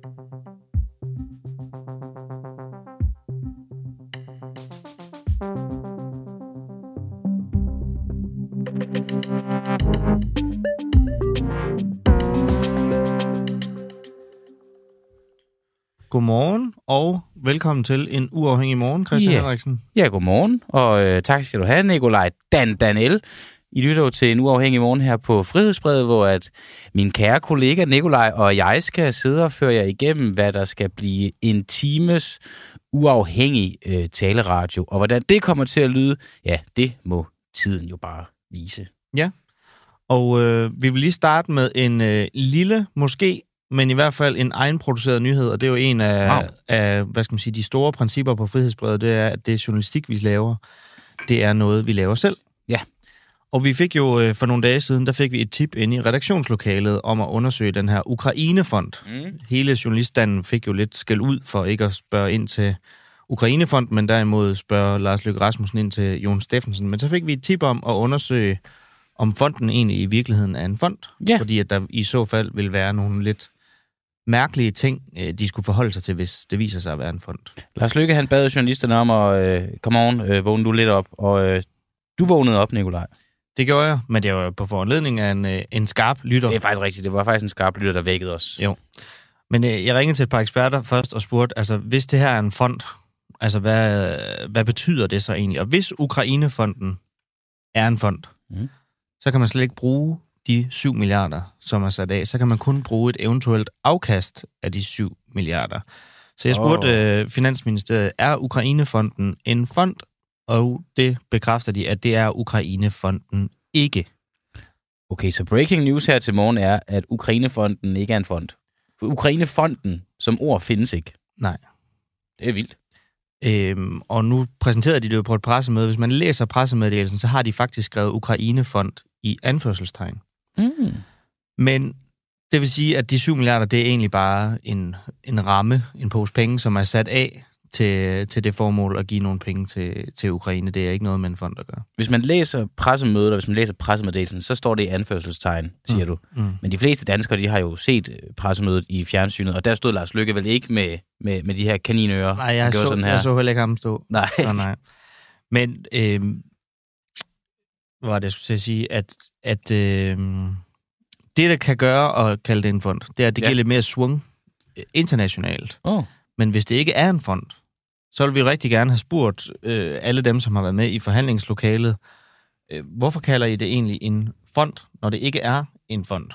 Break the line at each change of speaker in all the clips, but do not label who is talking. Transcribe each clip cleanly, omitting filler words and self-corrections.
Godmorgen og velkommen til en uafhængig morgen, Christian Henriksen.
Ja, godmorgen, og tak skal du have, Nikolaj Daniel. I lytter jo til en uafhængig morgen her på Frihedsbrevet, hvor at min kære kollega Nikolaj og jeg skal sidde og føre jer igennem, hvad der skal blive en times uafhængig taleradio. Og hvordan det kommer til at lyde, ja, det må tiden jo bare vise.
Ja, og vi vil lige starte med en lille, måske, men i hvert fald en egenproduceret nyhed, og det er jo en af hvad skal man sige, de store principper på Frihedsbrevet, det er, at det journalistik, vi laver, det er noget, vi laver selv.
Ja.
Og vi fik jo for nogle dage siden, der fik vi et tip inde i redaktionslokalet om at undersøge den her Ukrainefond. Hele journaliststanden fik jo lidt skæld ud for ikke at spørge ind til Ukrainefond, men derimod spørge Lars Løkke Rasmussen ind til Jon Steffensen. Men så fik vi et tip om at undersøge, om fonden egentlig i virkeligheden er en fond.
Ja.
Fordi at der i så fald vil være nogle lidt mærkelige ting, de skulle forholde sig til, hvis det viser sig at være en fond.
Lars Løkke, han bad journalisterne om at come on, vågne du lidt op, og du vågnede op, Nikolaj.
Det gjorde jeg, men det var på foranledning af en skarp lytter.
Det er faktisk rigtigt, det var faktisk en skarp lytter, der vækkede os.
Jo. Men jeg ringede til et par eksperter først og spurgte, altså hvis det her er en fond, altså hvad betyder det så egentlig? Og hvis Ukrainefonden er en fond, så kan man slet ikke bruge de 7 milliarder, som er sat af. Så kan man kun bruge et eventuelt afkast af de 7 milliarder. Så jeg spurgte Finansministeriet, er Ukrainefonden en fond? Og det bekræfter de, at det er Ukrainefonden ikke.
Okay, så breaking news her til morgen er, at Ukrainefonden ikke er en fond. Ukrainefonden som ord findes ikke.
Nej.
Det er vildt.
Og nu præsenterede de det jo på et pressemøde. Hvis man læser pressemeddelelsen, så har de faktisk skrevet Ukrainefond i anførselstegn. Men det vil sige, at de 7 milliarder, det er egentlig bare en ramme, en pose penge, som er sat af til det formål at give nogle penge til Ukraine. Det er ikke noget med en fond at gøre.
Hvis man læser pressemødet, og hvis man læser pressemeddelelsen, så står det i anførselstegn, siger du. Men de fleste danskere, de har jo set pressemødet i fjernsynet, og der stod Lars Løkke vel ikke med de her kaninører.
Nej, jeg så heller ikke ham stå.
Nej.
Så nej. Men hvad var det, jeg skulle til at sige, at det, der kan gøre at kalde det en fond, det er, at det giver lidt mere swung internationalt. Men hvis det ikke er en fond, så vil vi rigtig gerne have spurgt alle dem, som har været med i forhandlingslokalet, hvorfor kalder I det egentlig en fond, når det ikke er en fond?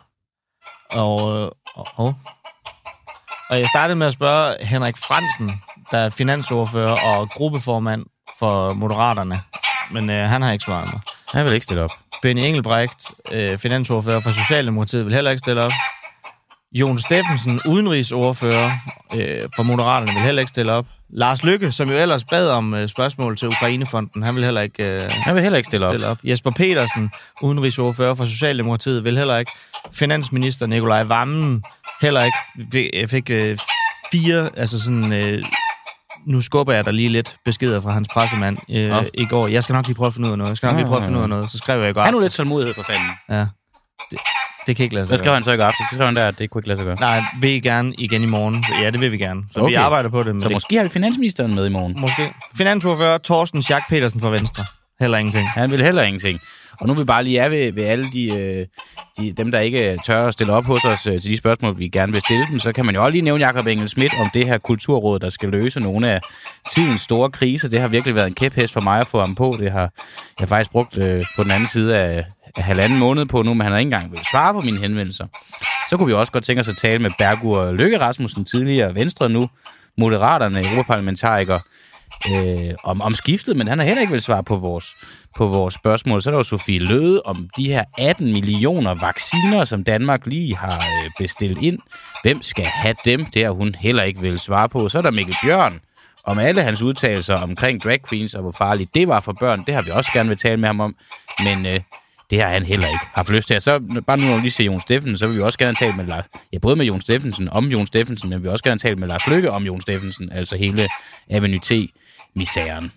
Og jeg startede med at spørge Henrik Frandsen, der er finansordfører og gruppeformand for Moderaterne, men han har ikke svaret mig.
Han vil ikke stille op.
Benny Engelbrecht, finansordfører for Socialdemokratiet, vil heller ikke stille op. Jon Steffensen, udenrigsordfører for Moderaterne, vil heller ikke stille op. Lars Løkke, som jo ellers bad om spørgsmål til Ukrainefonden, han vil heller ikke stille op. Jesper Petersen, udenrigsordfører for Socialdemokratiet, vil heller ikke. Finansminister Nikolaj Wammen heller ikke. Fik 4, altså sådan... Nu skubber jeg der lige lidt beskeder fra hans pressemand i går. Jeg skal nok lige prøve at finde ud af noget. Så skrev jeg i går.
Han er lidt tålmodighed for fanden.
Ja. Det kan ikke lade sig gøre.
Hvad skrev han så i går aften? Så skrev han der, at det kunne ikke lade sig gøre.
Nej, vil I gerne igen i morgen? Så ja, det vil vi gerne. Så vi arbejder på det.
Så måske har vi finansministeren med i morgen.
Måske. Finansordfører Torsten Schack Petersen fra Venstre. Heller ingenting.
Han vil heller ingenting. Og nu vil vi bare lige ved alle dem, der ikke tør at stille op hos os til de spørgsmål, vi gerne vil stille dem, så kan man jo også lige nævne Jakob Engel-Schmidt om det her kulturråd, der skal løse nogle af tidens store kriser. Det har virkelig været en kæphest for mig at få ham på. Det har jeg faktisk brugt på den anden side af 1,5 måned på nu, men han har ikke engang vil svare på mine henvendelser. Så kunne vi også godt tænke os at tale med Bergur Løkke Rasmussen, tidligere Venstre, nu Moderaterne, europaparlamentariker, om skiftet, men han har heller ikke vil svare på vores spørgsmål. Så er der jo Sofie Løde om de her 18 millioner vacciner, som Danmark lige har bestilt ind. Hvem skal have dem? Det har hun heller ikke vil svare på. Så er der Mikkel Bjørn om alle hans udtalelser omkring drag queens og hvor farligt det var for børn. Det har vi også gerne vil tale med ham om, men det har han heller ikke haft lyst til. Så bare nu når vi lige ser Jon Steffensen, så vil vi også gerne tale med Lars. Ja, både med Jon Steffensen om Jon Steffensen, men vi vil også gerne tale med Lars Løkke om Jon Steffensen, altså hele Avenue T-misæren.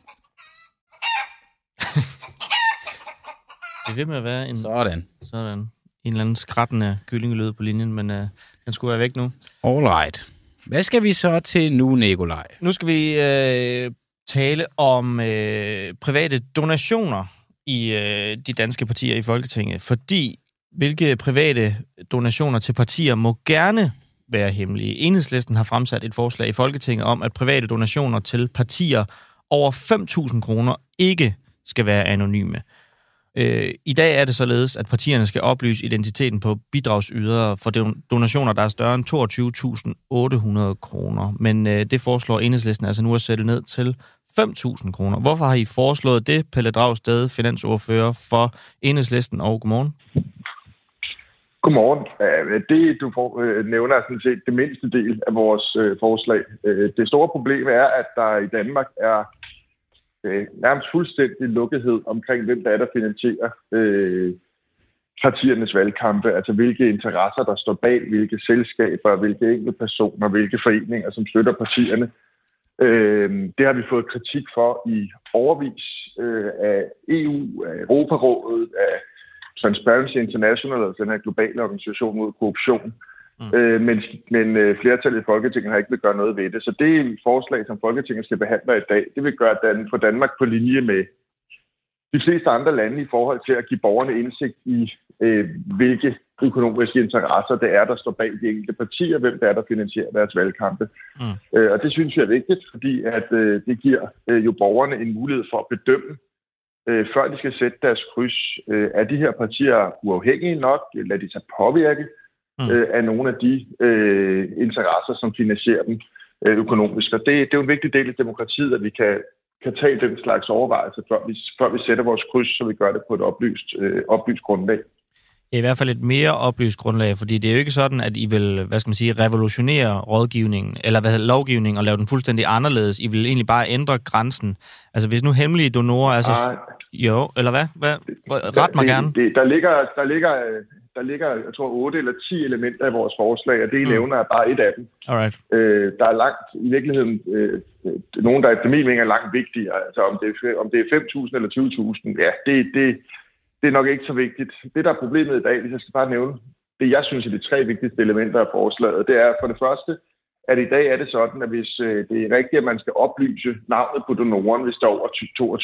Det er ved med at være en...
Sådan.
En eller anden skrattende kyllingelød på linjen, men den skulle være væk nu.
Alright. Hvad skal vi så til nu, Nikolaj?
Nu skal vi tale om private donationer i de danske partier i Folketinget, fordi hvilke private donationer til partier må gerne være hemmelige. Enhedslisten har fremsat et forslag i Folketinget om, at private donationer til partier over 5.000 kroner ikke skal være anonyme. I dag er det således, at partierne skal oplyse identiteten på bidragsydere for donationer, der er større end 22.800 kroner. Men det foreslår Enhedslisten altså nu at sætte ned til 5.000 kroner. Hvorfor har I foreslået det, Pelle Dragsted, finansordfører for Enhedslisten, og godmorgen?
Godmorgen. Det, du nævner, er sådan set det mindste del af vores forslag. Det store problem er, at der i Danmark er nærmest fuldstændig lukkethed omkring, hvem der er, der finansierer partiernes valgkampe. Altså hvilke interesser, der står bag, hvilke selskaber, hvilke enkelte personer, hvilke foreninger, som støtter partierne. Det har vi fået kritik for i årevis af EU, af Europarådet, af Transparency International, altså den her globale organisation mod korruption. Men flertallet i Folketinget har ikke vil gøre noget ved det. Så det er et forslag, som Folketinget skal behandle i dag. Det vil gøre for Danmark på linje med de fleste andre lande i forhold til at give borgerne indsigt i, hvilke økonomiske interesser det er, der står bag de enkelte partier, hvem det er, der finansierer deres valgkampe. Og det synes jeg er vigtigt, fordi at det giver jo borgerne en mulighed for at bedømme, før de skal sætte deres kryds, er de her partier uafhængige nok, lader de sig påvirke af nogle af de interesser, som finansierer dem økonomisk. Og det er jo en vigtig del af demokratiet, at vi kan tage den slags overvejelser, før vi sætter vores kryds, så vi gør det på et oplyst grundlag.
I hvert fald et mere oplyst grundlag, fordi det er jo ikke sådan, at I vil, revolutionere rådgivningen, eller lovgivningen, og lave den fuldstændig anderledes. I vil egentlig bare ændre grænsen. Altså hvis nu hemmelige donorer er så... Jo, eller hvad? Ret mig gerne.
Der ligger, jeg tror, 8 eller 10 elementer i vores forslag, og det, I nævner, er bare et af dem.
Alright.
Der er langt, i virkeligheden, nogen, der efter min mening er langt vigtigere. Altså om det er 5.000 eller 20.000, ja, det er nok ikke så vigtigt. Det, der er problemet i dag, hvis jeg skal bare nævne, det jeg synes er de 3 vigtigste elementer af forslaget, det er for det første, at i dag er det sådan, at hvis det er rigtigt, at man skal oplyse navnet på donoren, hvis der er over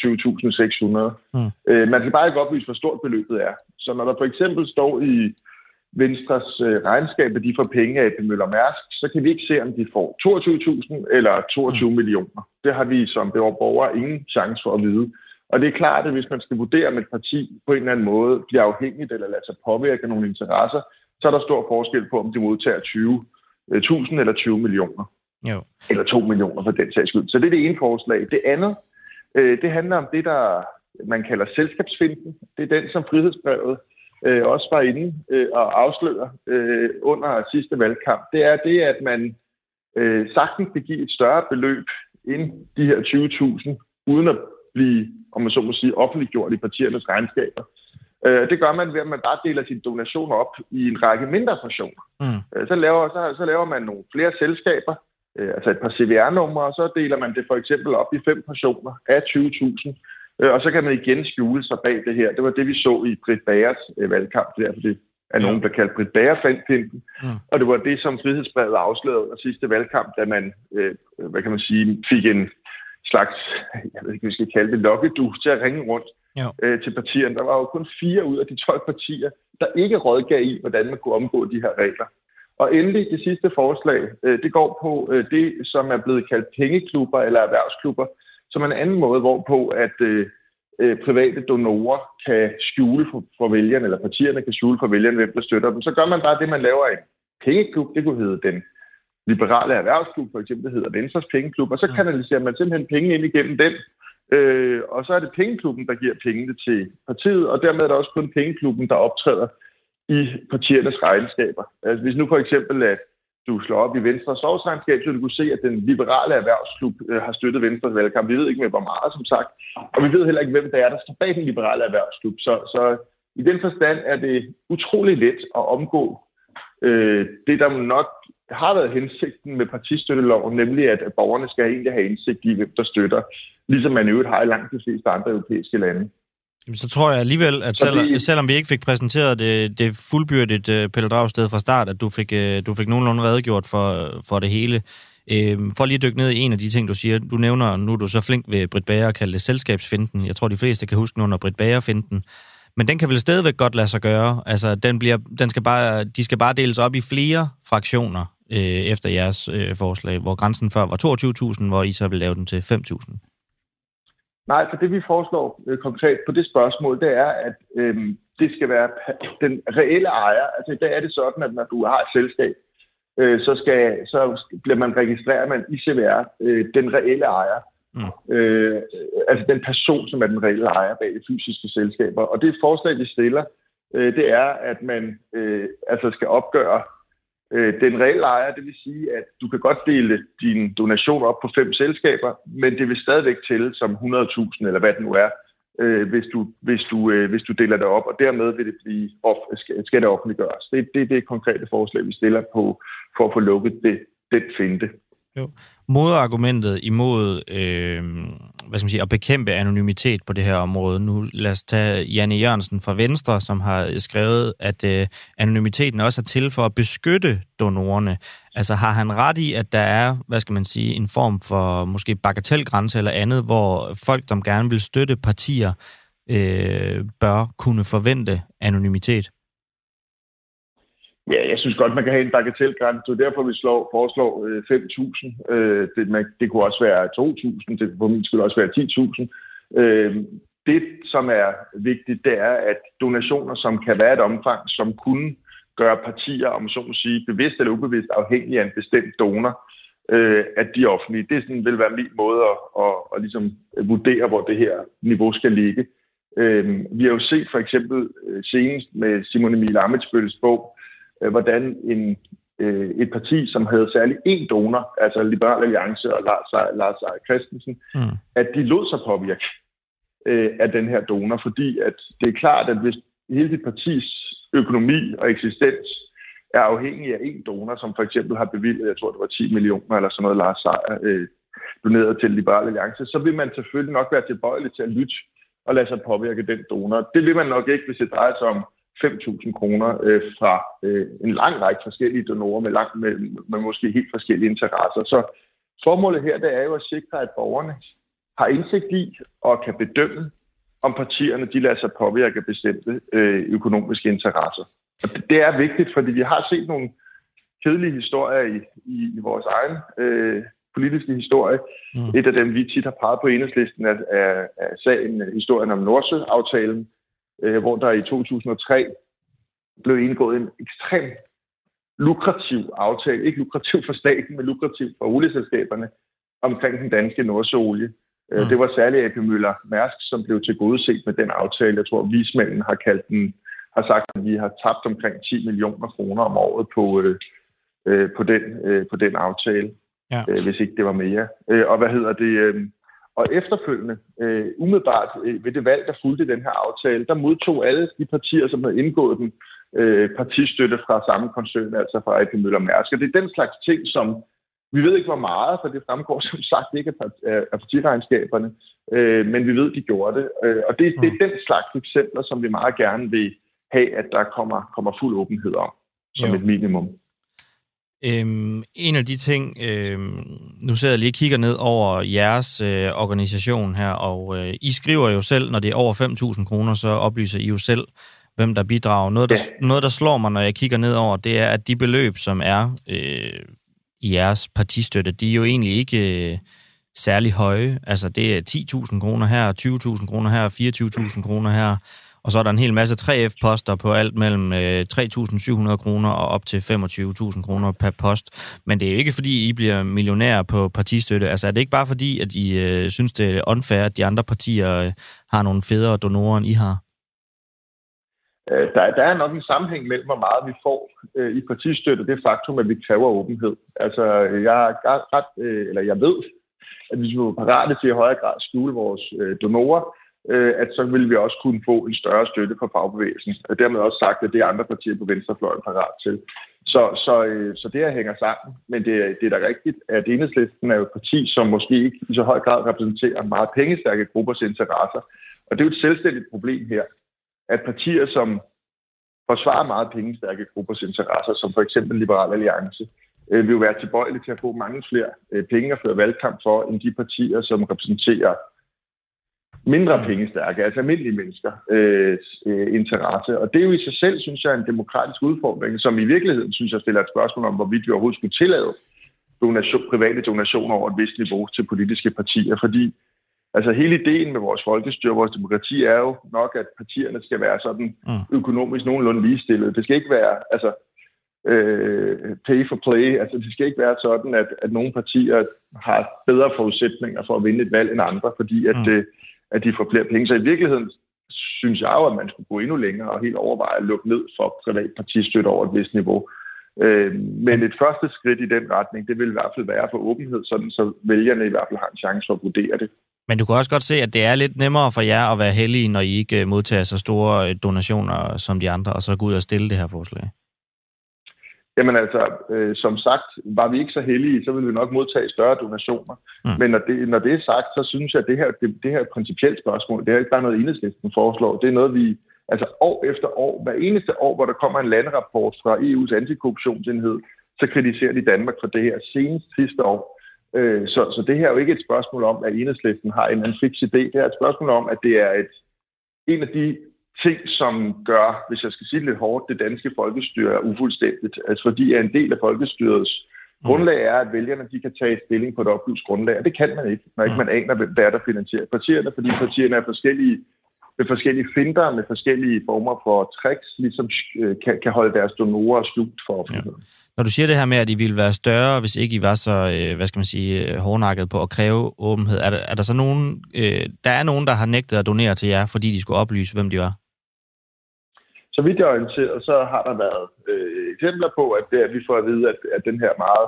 22.600. Man skal bare ikke oplyse, hvor stort beløbet er. Så når der for eksempel står i Venstres regnskab, at de får penge af AP Møller Mærsk, så kan vi ikke se, om de får 22.000 eller 22 millioner. Det har vi som borgere ingen chance for at vide. Og det er klart, at hvis man skal vurdere, om et parti på en eller anden måde bliver afhængigt eller lader sig påvirke af nogle interesser, så er der stor forskel på, om de modtager 20.000 eller 20 millioner.
Jo.
Eller 2 millioner for den sags skyld. Så det er det ene forslag. Det andet, det handler om det, der man kalder selskabsfinten. Det er den, som Frihedsbrevet også var inde og afslører under sidste valgkamp. Det er det, at man sagtens kan give et større beløb end de her 20.000, uden at blive, om man så må sige, offentliggjort i partiernes regnskaber. Det gør man ved, at man bare deler sine donationer op i en række mindre portioner. Så laver man nogle flere selskaber, altså et par CVR-numre, og så deler man det for eksempel op i 5 portioner af 20.000. Og så kan man igen skjule sig bag det her. Det var det, vi så i Britt Bagers valgkamp, derfor det er nogen, der kaldt Britt Bager-finten. Og det var det, som Frihedsbrevet afslørede under sidste valgkamp, da man, fik en slags, jeg ved ikke, vi skal kalde det, lokkedus til at ringe rundt til partierne. Der var jo kun 4 ud af de 12 partier, der ikke rådgav i, hvordan man kunne omgå de her regler. Og endelig det sidste forslag, det går på det, som er blevet kaldt pengeklubber eller erhvervsklubber, som er en anden måde, hvorpå at private donorer kan skjule for vælgerne, eller partierne kan skjule for vælgerne, hvem der støtter dem. Så gør man bare det, man laver en pengeklub. Det kunne hedde den liberale erhvervsklub, for eksempel, hedder Venstres pengeklub, og så kanaliserer man simpelthen penge ind igennem den. Og så er det pengeklubben, der giver pengene til partiet, og dermed er der også kun pengeklubben, der optræder i partiernes regnskaber. Altså hvis nu for eksempel, at du slår op i Venstres årsregnskab, så du kunne se, at den liberale erhvervsklub har støttet Venstres valgkamp. Vi ved ikke med, hvor meget, som sagt, og vi ved heller ikke, hvem det er, der står bag den liberale erhvervsklub. Så i den forstand er det utrolig let at omgå det, der nok har været hensigten med partistøtteloven, nemlig at borgerne skal egentlig have indsigt i, hvem der støtter, ligesom man i øvrigt har i langt de fleste andre europæiske lande.
Så tror jeg alligevel, at selvom vi ikke fik præsenteret det fuldbyrdet Pelle Dragsted fra start, at du fik nogenlunde redegjort for det hele. For lige at dykke ned i en af de ting, du siger. Du nævner, nu er du så flink ved Britt Bager at kalde det selskabsfinten. Jeg tror, de fleste kan huske under Britt Bager-finten. Men den kan vel stadigvæk godt lade sig gøre. Altså, de skal bare deles op i flere fraktioner efter jeres forslag, hvor grænsen før var 22.000, hvor I så vil lave den til 5.000.
Nej, for det vi foreslår konkret på det spørgsmål, det er, at det skal være den reelle ejer. Altså i dag er det sådan, at når du har et selskab, så bliver man registreret med en ICVR, den reelle ejer. Altså den person, som er den reelle ejer bag de fysiske selskaber. Og det forslag, vi stiller, det er, at man skal opgøre den reelle ejer. Det vil sige, at du kan godt dele din donation op på 5 selskaber, men det vil stadigvæk tælle som 100.000, eller hvad det nu er, hvis du deler det op, og dermed vil det skal det offentliggøres. Det er det konkrete forslag, vi stiller på, for at få lukket den finte.
Jo. Modargumentet imod at bekæmpe anonymitet på det her område. Nu lad os tage Janne Jørgensen fra Venstre, som har skrevet, at anonymiteten også er til for at beskytte donorerne. Altså har han ret i, at der er, en form for måske bagatelgrænse eller andet, hvor folk, der gerne vil støtte partier, bør kunne forvente anonymitet?
Ja, jeg synes godt, man kan have en bagatelgrænse. Det er derfor, vi foreslår 5.000. Det kunne også være 2.000. Det kunne på min skyld også være 10.000. Det, som er vigtigt, det er, at donationer, som kan være et omfang, som kunne gøre partier, om så må sige, bevidst eller ubevidst afhængige af en bestemt donor, at de er offentlige. Det sådan vil være min måde at ligesom vurdere, hvor det her niveau skal ligge. Vi har jo set for eksempel senest med Simon Emil Ammitzbølls bog, hvordan et parti, som havde særlig én donor, altså Liberal Alliance og Lars Seier Christensen, at de lod sig påvirke af den her donor, fordi at det er klart, at hvis hele dit partis økonomi og eksistens er afhængig af én donor, som for eksempel har bevilget, jeg tror det var 10 millioner eller sådan noget, Lars Seier doneret til Liberal Alliance, så vil man selvfølgelig nok være tilbøjelig til at lytte og lade sig påvirke den donor. Det vil man nok ikke, hvis det drejer sig om 5.000 kroner fra en lang række forskellige donorer med måske helt forskellige interesser. Så formålet her, det er jo at sikre, at borgerne har indsigt i og kan bedømme, om partierne de lader sig påvirke af bestemte økonomiske interesser. Og det er vigtigt, fordi vi har set nogle kedelige historier i vores egen politiske historie. Et af dem, vi tit har peget på Enhedslisten, er sagen, historien om Nordsø-aftalen, hvor der i 2003 blev indgået en ekstremt lukrativ aftale, ikke lukrativ for staten, men lukrativ for olieselskaberne, omkring den danske Nordsøolie. Det var særligt A.P. Møller Mærsk, som blev tilgodeset med den aftale. Jeg tror, vismændene har sagt, at vi har tabt omkring 10 millioner kroner om året på den aftale, hvis ikke det var mere. Og efterfølgende, umiddelbart ved det valg, der fulgte den her aftale, der modtog alle de partier, som havde indgået den, partistøtte fra samme koncern, altså fra A.P. Møller Mærsk. Og det er den slags ting, som vi ved ikke, hvor meget, for det fremgår som sagt ikke af partiregnskaberne, men vi ved, de gjorde det. Og det er den slags eksempler, som vi meget gerne vil have, at der kommer fuld åbenhed om, som et minimum.
En af de ting, nu sidder jeg lige og kigger ned over jeres organisation her, og I skriver jo selv, når det er over 5.000 kroner, så oplyser I jo selv, hvem der bidrager. Noget, der slår mig, når jeg kigger ned over, det er, at de beløb, som er i jeres partistøtte, de er jo egentlig ikke særlig høje. Altså, det er 10.000 kroner her, 20.000 kroner her, 24.000 kroner her, og så er der en hel masse 3F-poster på alt mellem 3.700 kroner og op til 25.000 kroner per post. Men det er jo ikke, fordi I bliver millionærer på partistøtte. Altså, er det ikke bare fordi, at I synes, det er unfair, at de andre partier har nogle federe donorer, end I har?
Der er nok en sammenhæng mellem, hvor meget vi får i partistøtte, det faktum, at vi kræver åbenhed. Altså, jeg ved, at hvis vi var parate til i højere grad at skjule vores donorer, at så ville vi også kunne få en større støtte fra fagbevægelsen. Og dermed også sagt, at det er andre partier på venstrefløjen parat til. Så det her hænger sammen. Men det er da rigtigt, at Enhedslisten er jo et parti, som måske ikke i så høj grad repræsenterer meget pengestærke gruppers interesser. Og det er jo et selvstændigt problem her, at partier, som forsvarer meget pengestærke gruppers interesser, som for eksempel Liberal Alliance, vil jo være tilbøjelige til at få mange flere penge at føre valgkamp for, end de partier, som repræsenterer mindre pengestærke, altså almindelige mennesker interesse. Og det er jo i sig selv, synes jeg, en demokratisk udfordring, som i virkeligheden, synes jeg, stiller et spørgsmål om, hvorvidt vi overhovedet skulle tillade private donationer over et vist niveau til politiske partier. Fordi altså hele ideen med vores folkestyre, vores demokrati, er jo nok, at partierne skal være sådan økonomisk nogenlunde ligestillede. Det skal ikke være pay for play. Altså det skal ikke være sådan, at nogle partier har bedre forudsætninger for at vinde et valg end andre, fordi at de får flere penge. Så i virkeligheden synes jeg jo, at man skulle gå endnu længere og helt overveje at lukke ned for privat partistøtte over et vist niveau. Men et første skridt i den retning, det vil i hvert fald være for åbenhed, sådan så vælgerne i hvert fald har en chance for at vurdere det.
Men du kan også godt se, at det er lidt nemmere for jer at være heldige, når I ikke modtager så store donationer som de andre, og så gå ud og stille det her forslag.
Jamen altså, som sagt, var vi ikke så heldige, så ville vi nok modtage større donationer. Men når det er sagt, så synes jeg, at det her er et principielt spørgsmål. Det er ikke bare noget, Enhedslisten foreslår. Det er noget, vi altså år efter år, hver eneste år, hvor der kommer en landerapport fra EU's antikorruptionsenhed, så kritiserer de Danmark for det her senest sidste år. Så det her er jo ikke et spørgsmål om, at Enhedslisten har en fix idé. Det er et spørgsmål om, at det er en af de ting, som gør, hvis jeg skal sige lidt hårdt, det danske folkestyre er ufuldstændigt. Altså fordi en del af folkestyrets grundlag er, at vælgerne de kan tage stilling på et oplyst grundlag, og det kan man ikke, når ikke man aner, hvad der finansierer partierne, fordi partierne er forskellige, med forskellige finter, med forskellige former for tricks, ligesom kan holde deres donorer skjult for offentligheden. Ja.
Når du siger det her med, at I ville være større, hvis ikke I var så, hårdnakket på at kræve åbenhed, er der så nogen, der er nogen, der har nægtet at donere til jer, fordi de skulle oplyse, hvem de var?
Så vidt jeg er orienteret, så har der været eksempler på, at vi får at vide, at den her meget,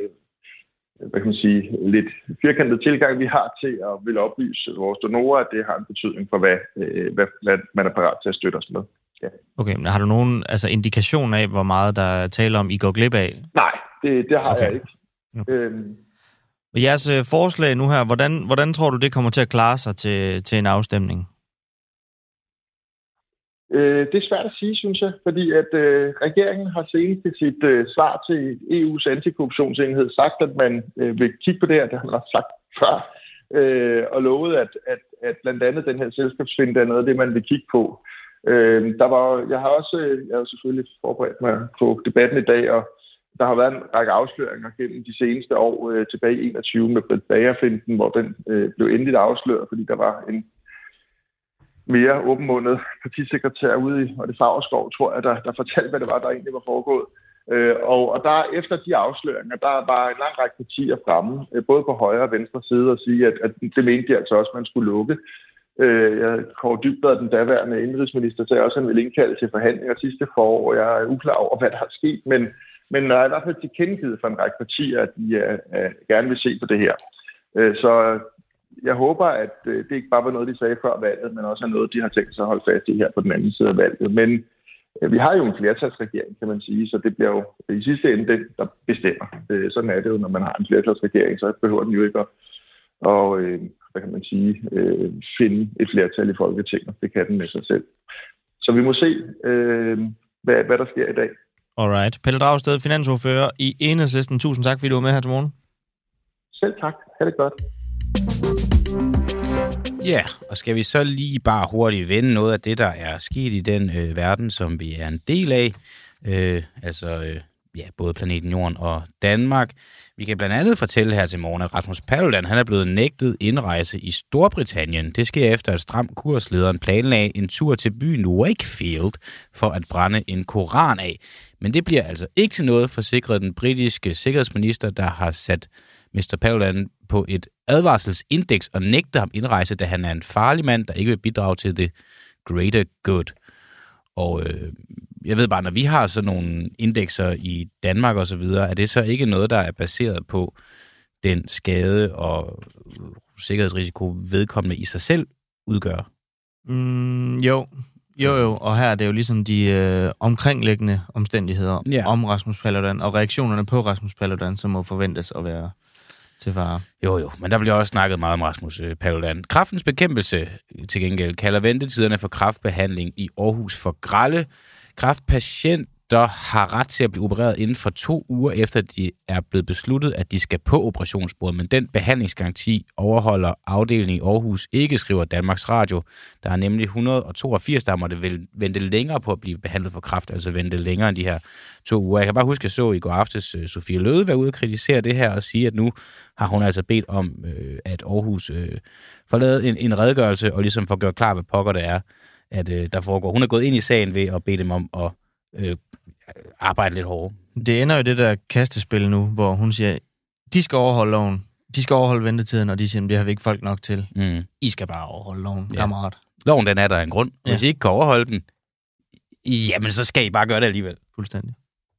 lidt firkantede tilgang, vi har til at ville oplyse vores donorer, at det har en betydning for, hvad man er parat til at støtte os med. Ja.
Okay, men har du nogen indikation af, hvor meget der taler om, I går glip af?
Nej, det har jeg ikke.
Og jeres forslag nu her, hvordan tror du, det kommer til at klare sig til en afstemning?
Det er svært at sige, synes jeg, fordi at regeringen har senest i sit svar til EU's antikorruptionsenhed sagt, at man vil kigge på det her, det har man også sagt før, og lovet, at blandt andet den her selskabsfinde er noget af det, man vil kigge på. Jeg har selvfølgelig forberedt mig på debatten i dag, og der har været en række afsløringer gennem de seneste år tilbage i 21 med Britt Bager-finden, hvor den blev endeligt afsløret, fordi der var en mere åbenmundet partisekretær ude i, og det Favrskov, tror jeg, der fortalte, hvad det var, der egentlig var foregået. Og der efter de afsløringer, der var en lang række partier fremme, både på højre og venstre side, og sige, at det mente de altså også, man skulle lukke. Kåre Dybvad, den daværende indrigsminister, sagde også, at han ville indkalde til forhandlinger sidste forår, og jeg er uklar over, hvad der er sket, men der er i hvert fald tilkendegivet fra en række partier, at de gerne vil se på det her. Så jeg håber, at det ikke bare var noget, de sagde før valget, men også er noget, de har tænkt sig at holde fast i her på den anden side af valget. Men vi har jo en flertalsregering, kan man sige, så det bliver jo i sidste ende den, der bestemmer. Sådan er det jo, når man har en flertalsregering, så behøver den jo ikke finde et flertal i Folketinget. Det kan den med sig selv. Så vi må se, hvad der sker i dag.
Alright. Pelle Dragsted, finansordfører i Enhedslisten. Tusind tak, fordi du var med her til morgen.
Selv tak. Ha' det godt.
Ja, og skal vi så lige bare hurtigt vende noget af det, der er sket i den verden, som vi er en del af. Både planeten Jorden og Danmark. Vi kan blandt andet fortælle her til morgen, at Rasmus Paludan han er blevet nægtet indrejse i Storbritannien. Det sker efter, at Stram Kurslederen planlagde en tur til byen Wakefield for at brænde en koran af. Men det bliver altså ikke til noget, forsikrede den britiske sikkerhedsminister, der har sat Mr. Paludan på et advarselsindeks og nægter ham indrejse, da han er en farlig mand, der ikke vil bidrage til the greater good. Og jeg ved bare, når vi har sådan nogle indekser i Danmark og så videre, er det så ikke noget, der er baseret på den skade og sikkerhedsrisiko vedkommende i sig selv udgør? Jo, og her er det jo ligesom de omkringliggende omstændigheder om Rasmus Paludan og reaktionerne på Rasmus Paludan, som må forventes at være
til fare.
Jo, men der bliver også snakket meget om Rasmus Paludan. Kræftens Bekæmpelse til gengæld kalder ventetiderne for kræftbehandling i Aarhus for grelle. Kræftpatienter har ret til at blive opereret inden for 2 uger, efter de er blevet besluttet, at de skal på operationsbordet. Men den behandlingsgaranti overholder afdelingen i Aarhus ikke, skriver Danmarks Radio. Der er nemlig 182, der måtte vente længere på at blive behandlet for kræft, altså vente længere end de her 2 uger. Jeg kan bare huske, at jeg så i går aftes Sofie Løde være ude og kritisere det her og sige, at nu har hun altså bedt om, at Aarhus får lavet en redegørelse og ligesom får gjort klar, hvad pokker det er, at der foregår. Hun er gået ind i sagen ved at bede dem om at arbejde lidt hårdere.
Det ender jo det der kastespil nu, hvor hun siger, de skal overholde loven, de skal overholde ventetiden, og de siger, det har vi ikke folk nok til. I skal bare overholde loven, kammerat.
Loven, den er der en grund. Hvis I ikke kan overholde den, jamen så skal I bare gøre det alligevel.
Fuldstændig.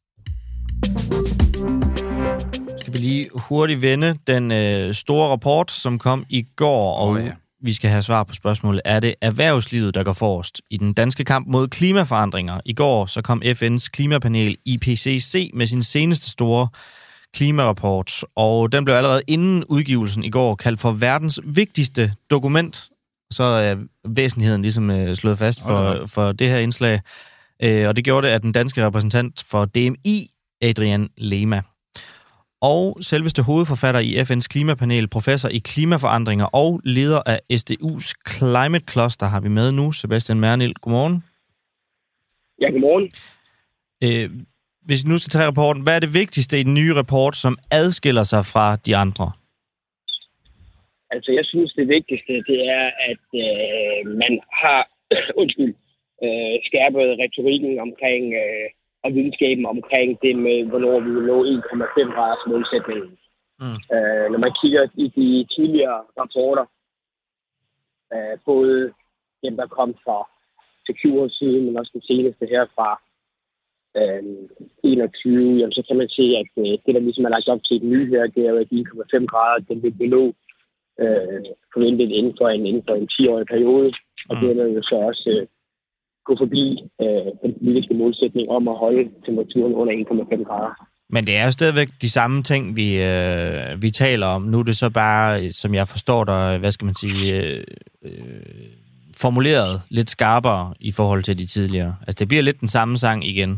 Skal vi lige hurtigt vende den store rapport, som kom i går, og vi skal have svar på spørgsmålet. Er det erhvervslivet, der går forrest i den danske kamp mod klimaforandringer? I går så kom FN's klimapanel IPCC med sin seneste store klimarapport, og den blev allerede inden udgivelsen i går kaldt for verdens vigtigste dokument. Så er væsentligheden ligesom slået fast for det her indslag, og det gjorde det af den danske repræsentant for DMI, Adrian Lema. Og selveste hovedforfatter i FN's klimapanel, professor i klimaforandringer og leder af SDU's Climate Cluster har vi med nu. Sebastian Mernil, godmorgen.
Ja, godmorgen.
Hvis vi nu skal tage rapporten, hvad er det vigtigste i den nye rapport, som adskiller sig fra de andre?
Altså, jeg synes, det vigtigste, det er, at man har skærpet retorikken omkring og videnskaben omkring det med, hvornår vi vil nå 1,5 graders målsætningen. Når man kigger i de tidligere rapporter, både dem, der kom fra 20 år siden, men også den seneste her fra 21, jamen, så kan man se, at det, der ligesom er lagt op til et nye her, det er jo, at 1,5 grader, den vil vi nå forventet inden for en 10-årig periode, og det er jo så også gå forbi den politiske målsætning om at holde temperaturen under 1,5 grader.
Men det er jo stadigvæk de samme ting, vi taler om. Nu er det så bare, som jeg forstår dig, hvad skal man sige, formuleret lidt skarpere i forhold til de tidligere. Altså det bliver lidt den samme sang igen.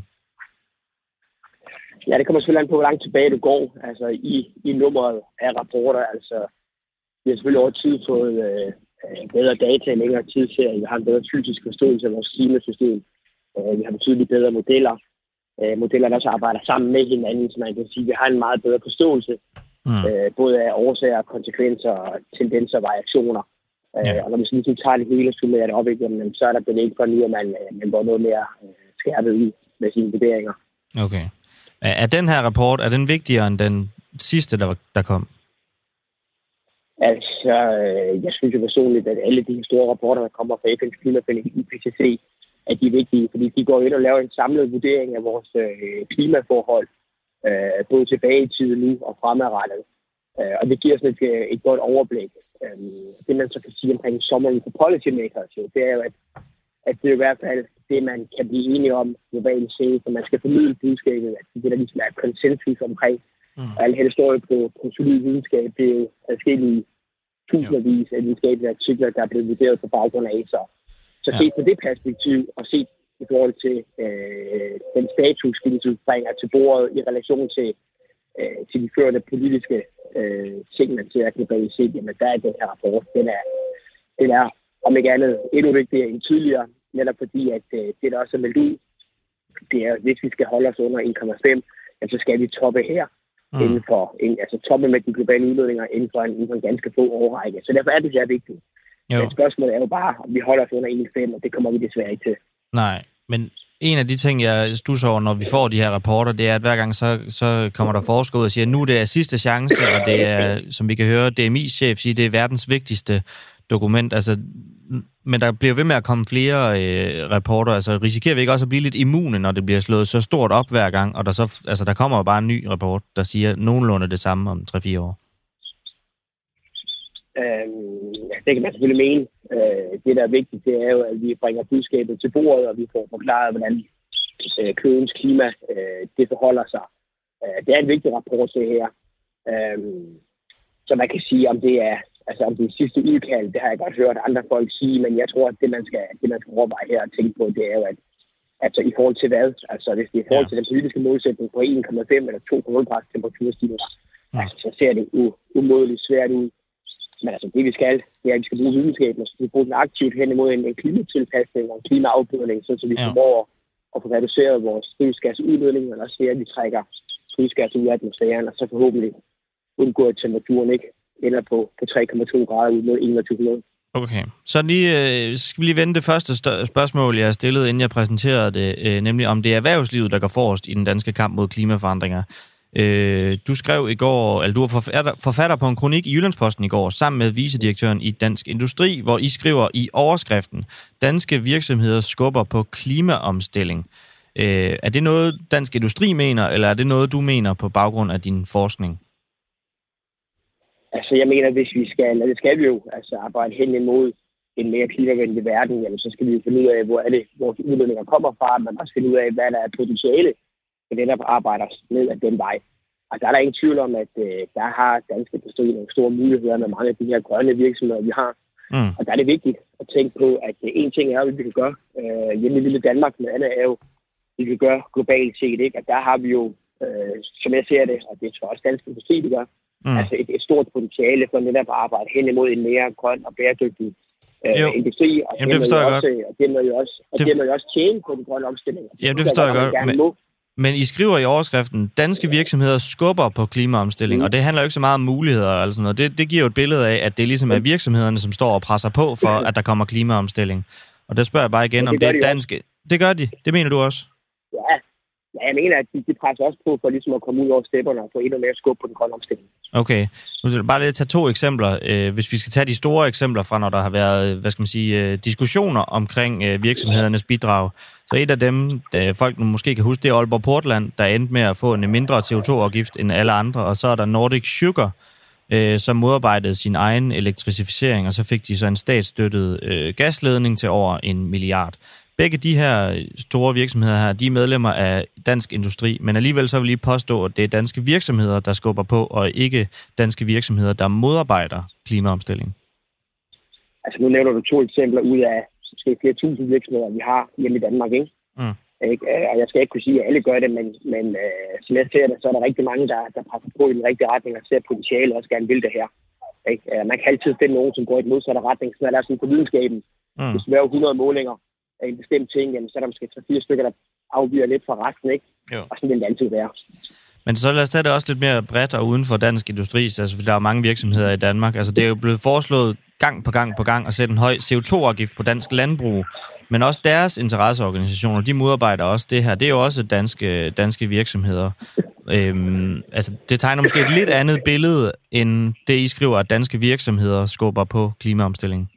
Ja, det kommer selvfølgelig an på, hvor langt tilbage du går. Altså i nummeret af rapporter. Altså vi har selvfølgelig over tid fået bedre data i længere tidsserie. Vi har en bedre fysisk forståelse af vores klimasystem. Vi har betydeligt bedre modeller. Modeller, der også arbejder sammen med hinanden, så man kan sige, at vi har en meget bedre forståelse. Både af årsager, konsekvenser, tendenser og variationer. Og når vi så ligesom tager det hele og summerer det op igen, så er der belæg for nu, at man går noget mere skærpet ud med sine vurderinger.
Okay. Er den her rapport, er den vigtigere end den sidste, der kom?
Altså, jeg synes jo personligt, at alle de store rapporter, der kommer fra FN's klimapanel IPCC, at de er vigtige, fordi de går ind og laver en samlet vurdering af vores klimaforhold, både tilbage i tiden nu og fremadrettet. Og det giver sådan et godt overblik. Det man så kan sige omkring sommeren for policymakers, det er jo, at det er i hvert fald det, man kan blive enige om globalt set, så man skal formidle budskabet, at det der ligesom er et konsensus omkring. Og alle her står jo på solid videnskab, det er jo forskellige tusindvis af videnskabelige artikler, der er blevet vurderet på baggrund af. Så set på det perspektiv, og set i forhold til den status, vi bringer til bordet i relation til de førende politiske ting, man ser globalt set, jamen der er den her rapport, den er om ikke andet endnu vigtigere end tidligere, netop fordi, at det der også er meldt ud, det er, hvis vi skal holde os under 1,5, så skal vi toppe her, inden for, toppe med de globale udledninger inden for en ganske få årrække. Så derfor er det her vigtigt. Men spørgsmålet er jo bare, om vi holder os under 1,5, og det kommer vi desværre ikke til.
Nej, men en af de ting, jeg stusser over, når vi får de her rapporter, det er, at hver gang så kommer der forskere ud og siger, at nu det er sidste chance, og det er, som vi kan høre, DMI-chef sige, det er verdens vigtigste dokument. Altså, men der bliver ved med at komme flere rapporter. Altså, risikerer vi ikke også at blive lidt immune, når det bliver slået så stort op hver gang, og der kommer jo bare en ny rapport, der siger nogenlunde det samme om 3-4 år?
Det kan man selvfølgelig mene. Det, der er vigtigt, det er jo, at vi bringer budskabet til bordet, og vi får forklaret, hvordan klodens klima det forholder sig. Det er en vigtig rapport, det her. Så man kan sige, om det er sidste udkald, det har jeg godt hørt andre folk sige, men jeg tror, at det man skal overveje her og tænke på, det er jo, at altså i forhold til hvad? Altså hvis det er i forhold til den politiske målsætning på 1,5 eller 2,0 grads temperaturstigninger, altså så ser det umådeligt svært ud. Men altså det vi skal, det er, at vi skal bruge videnskaben, og så skal vi bruge den aktivt hen imod en klimatilpasning og en klimaafbødning, så vi formår at få reduceret vores drivhusgasudledning, og også det, at vi trækker drivhusgas ud af atmosfæren, og så forhåbentlig undgå, at temperaturen ikke ender på 3,2 grader ud mod 2100.
Okay, så skal vi lige vende det første spørgsmål, jeg stillede, inden jeg præsenterede det, nemlig om det er erhvervslivet, der går forrest i den danske kamp mod klimaforandringer. Du skrev i går, eller du var forfatter på en kronik i Jyllandsposten i går, sammen med vicedirektøren i Dansk Industri, hvor I skriver i overskriften, danske virksomheder skubber på klimaomstilling. Er det noget, Dansk Industri mener, eller er det noget, du mener på baggrund af din forskning?
Altså, jeg mener, hvis vi skal vi jo arbejde hen imod en mere klimavenlig verden, jamen, så skal vi finde ud af, hvor er det, vores udledninger kommer fra, men også finde ud af, hvad der er potentiale, for den der arbejder ned ad den vej. Og der er der ingen tvivl om, at der har Dansk Industri nogle store muligheder med mange af de her grønne virksomheder, vi har. Og der er det vigtigt at tænke på, at en ting er, hvad vi kan gøre hjemme i lille Danmark, men andet er jo, vi kan gøre globalt set, ikke? Og der har vi jo, som jeg ser det, og det tror også Dansk Industri, det gør, altså et stort potentiale for netop at arbejde hen imod en mere grøn og bæredygtig industri, og
jamen, det forstår jeg godt.
Og det må jo også tjene på den grønne omstilling.
Jamen, det forstår jeg godt. Men I skriver i overskriften, danske virksomheder skubber på klimaomstilling, og det handler jo ikke så meget om muligheder eller sådan noget. Det giver jo et billede af, at det ligesom er virksomhederne, som står og presser på for, at der kommer klimaomstilling. Og der spørger jeg bare igen, om det er danske... Det gør de. Det mener du også?
Ja, jeg mener, at de presser også på for ligesom at komme ud over stepperne og få endnu mere skub på den grønne omstilling.
Okay. Nu skal jeg bare lige tage 2 eksempler. Hvis vi skal tage de store eksempler fra, når der har været, diskussioner omkring virksomhedernes bidrag. Så et af dem, folk nu måske kan huske, det er Aalborg Portland, der endte med at få en mindre CO2-afgift end alle andre. Og så er der Nordic Sugar, som modarbejdede sin egen elektrificering, og så fik de så en statsstøttet gasledning til over 1 milliard. Begge de her store virksomheder her, de er medlemmer af Dansk Industri, men alligevel så vil jeg lige påstå, at det er danske virksomheder, der skubber på, og ikke danske virksomheder, der modarbejder klimaomstilling.
Altså nu nævner du 2 eksempler ud af flere tusind virksomheder, vi har hjemme i Danmark, ikke? Og jeg skal ikke kunne sige, at alle gør det, men som jeg ser det, så er der rigtig mange, der presser på i den rigtige retning og ser potentiale og også gerne vil det her. Ikke? Man kan altid finde nogen, som går i den modsatte retning, så er der sådan på videnskaben. Hvis du laver 100 målinger af en bestemt ting, jamen, så er der måske 3-4 stykker, der afviger lidt fra resten, ikke? Jo. Og sådan vil det altid være.
Men så lad os tage det også lidt mere bredt og uden for Dansk Industri, altså der er mange virksomheder i Danmark. Altså det er jo blevet foreslået gang på gang at sætte en høj CO2-afgift på dansk landbrug, men også deres interesseorganisationer, de modarbejder også det her. Det er jo også danske virksomheder. Altså det tegner måske et lidt andet billede, end det I skriver, at danske virksomheder skubber på klimaomstillingen.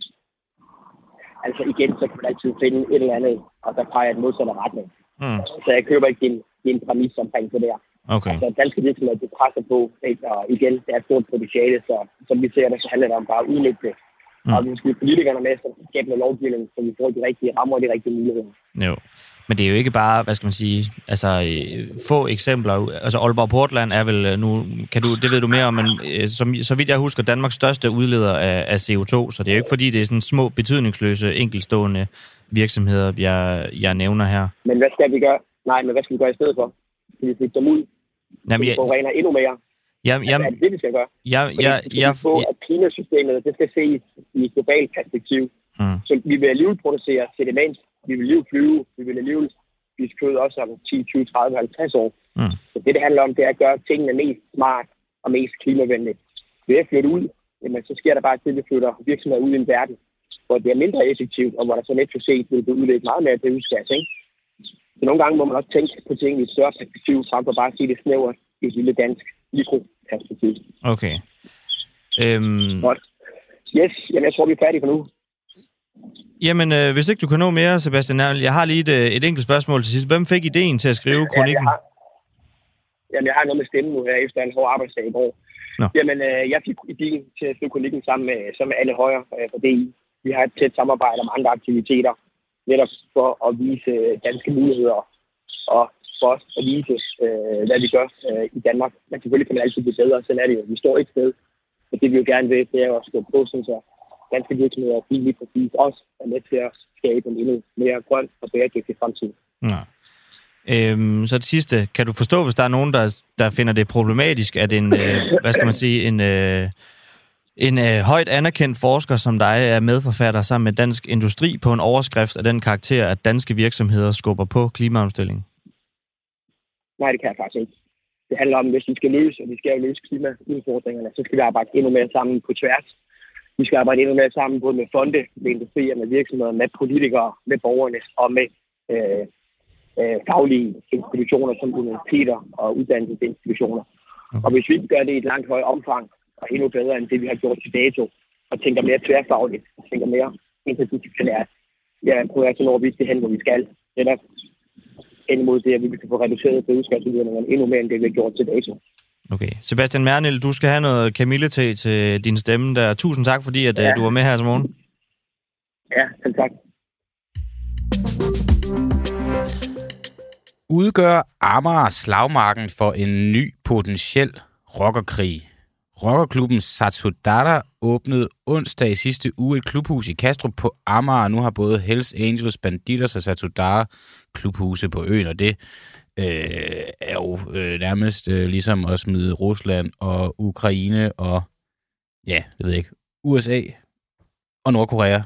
Altså igen, så kan man altid finde et eller andet, og der peger den modsatte retning. Så jeg køber ikke din præmis omkring det der.
Okay.
Altså danske virksomheder, det presser på, ikke? Og igen, det er et stort potentiale, så som vi ser det, så handler det om bare at udnytte det. Og vi skal politikerne med, så skabe noget lovgivning, så vi får de rigtige rammer og de rigtige muligheder.
Jo, men det er jo ikke bare, få eksempler. Altså Aalborg Portland er vel nu, det ved du mere om, men så vidt jeg husker, Danmarks største udleder af CO2, så det er jo ikke fordi, det er sådan små, betydningsløse, enkeltstående virksomheder, jeg nævner her. Men
hvad skal vi gøre? Men hvad skal vi gøre i stedet for? Skal vi flytte dem ud? Skal vi forurener endnu mere? Er det, vi skal gøre? At klimasystemet, det skal ses i et globalt perspektiv. Så vi vil alligevel producere sediment, vi vil alligevel flyve, vi vil alligevel spise kød også om 10, 20, 30, 50 år. Så det handler om, det er at gøre tingene mest smart og mest klimavenligt. Ved at flytte ud, jamen, så sker der bare til, at vi flytter virksomheder ud i en verden, hvor det er mindre effektivt, og hvor der så netto set vil blive udledt meget mere drivhusgas, ikke? Så nogle gange må man også tænke på tingene i et større perspektiv, frem for bare at sige det snævert i et lille dansk mikroperspektiv.
Okay.
Godt. Yes, jamen jeg tror, vi er færdige for nu.
Jamen, hvis ikke du kan nå mere, Sebastian, jeg har lige et enkelt spørgsmål til sidst. Hvem fik ideen til at skrive kronikken?
Jeg har noget med stemmen nu her, efter en hård arbejdsdag i går. Jamen, jeg fik ideen til at skrive kronikken sammen med Anne Højer fra DI. Vi har et tæt samarbejde om andre aktiviteter, netop for at vise danske muligheder, og for os at vise, hvad vi gør i Danmark. Men selvfølgelig kan man altid blive bedre, sådan er det jo. Vi står et sted, Men det vi jo gerne vil, det er jo at skubbe på, sådan så danske virksomheder og lige præcis også er med til at skabe en endnu mere grøn og bæredygtig fremtid.
Ja. Så det sidste, kan du forstå, hvis der er nogen, der finder det problematisk, at en, hvad skal man sige, en højt anerkendt forsker som dig er medforfatter sammen med Dansk Industri på en overskrift af den karakter, at danske virksomheder skubber på klimaomstillingen?
Nej, det kan jeg faktisk ikke. Det handler om, hvis vi skal løse, og vi skal jo løse klimaudfordringerne, så skal vi arbejde endnu mere sammen på tværs. Vi skal arbejde endnu mere sammen både med fonde, med industrier, med virksomheder, med politikere, med borgerne og med faglige institutioner som universiteter og uddannelsesinstitutioner. Okay. Og hvis vi gør det i et langt højere omfang, og endnu bedre end det, vi har gjort til dato, og tænker mere tværfagligt, og tænker mere interdisciplinært, prøver jeg så når vi skal hen, hvor vi skal. Det er hen imod det, at vi kan få reduceret drivhusgasudledningerne endnu mere end det, vi har gjort til dato. Okay.
Sebastian Mernil, du skal have noget kamillete til din stemme der. Tusind tak, fordi at, du var med her til morgen.
Ja, selv tak.
Udgør Amager slagmarken for en ny potentiel rockerkrig? Rockerklubben Satudarah åbnede onsdag i sidste uge et klubhus i Kastrup på Amager. Nu har både Hells Angels, Bandidos og Satudarah klubhuse på øen, og det er jo nærmest ligesom at smide Rusland og Ukraine og, ja, jeg ved ikke, USA og Nordkorea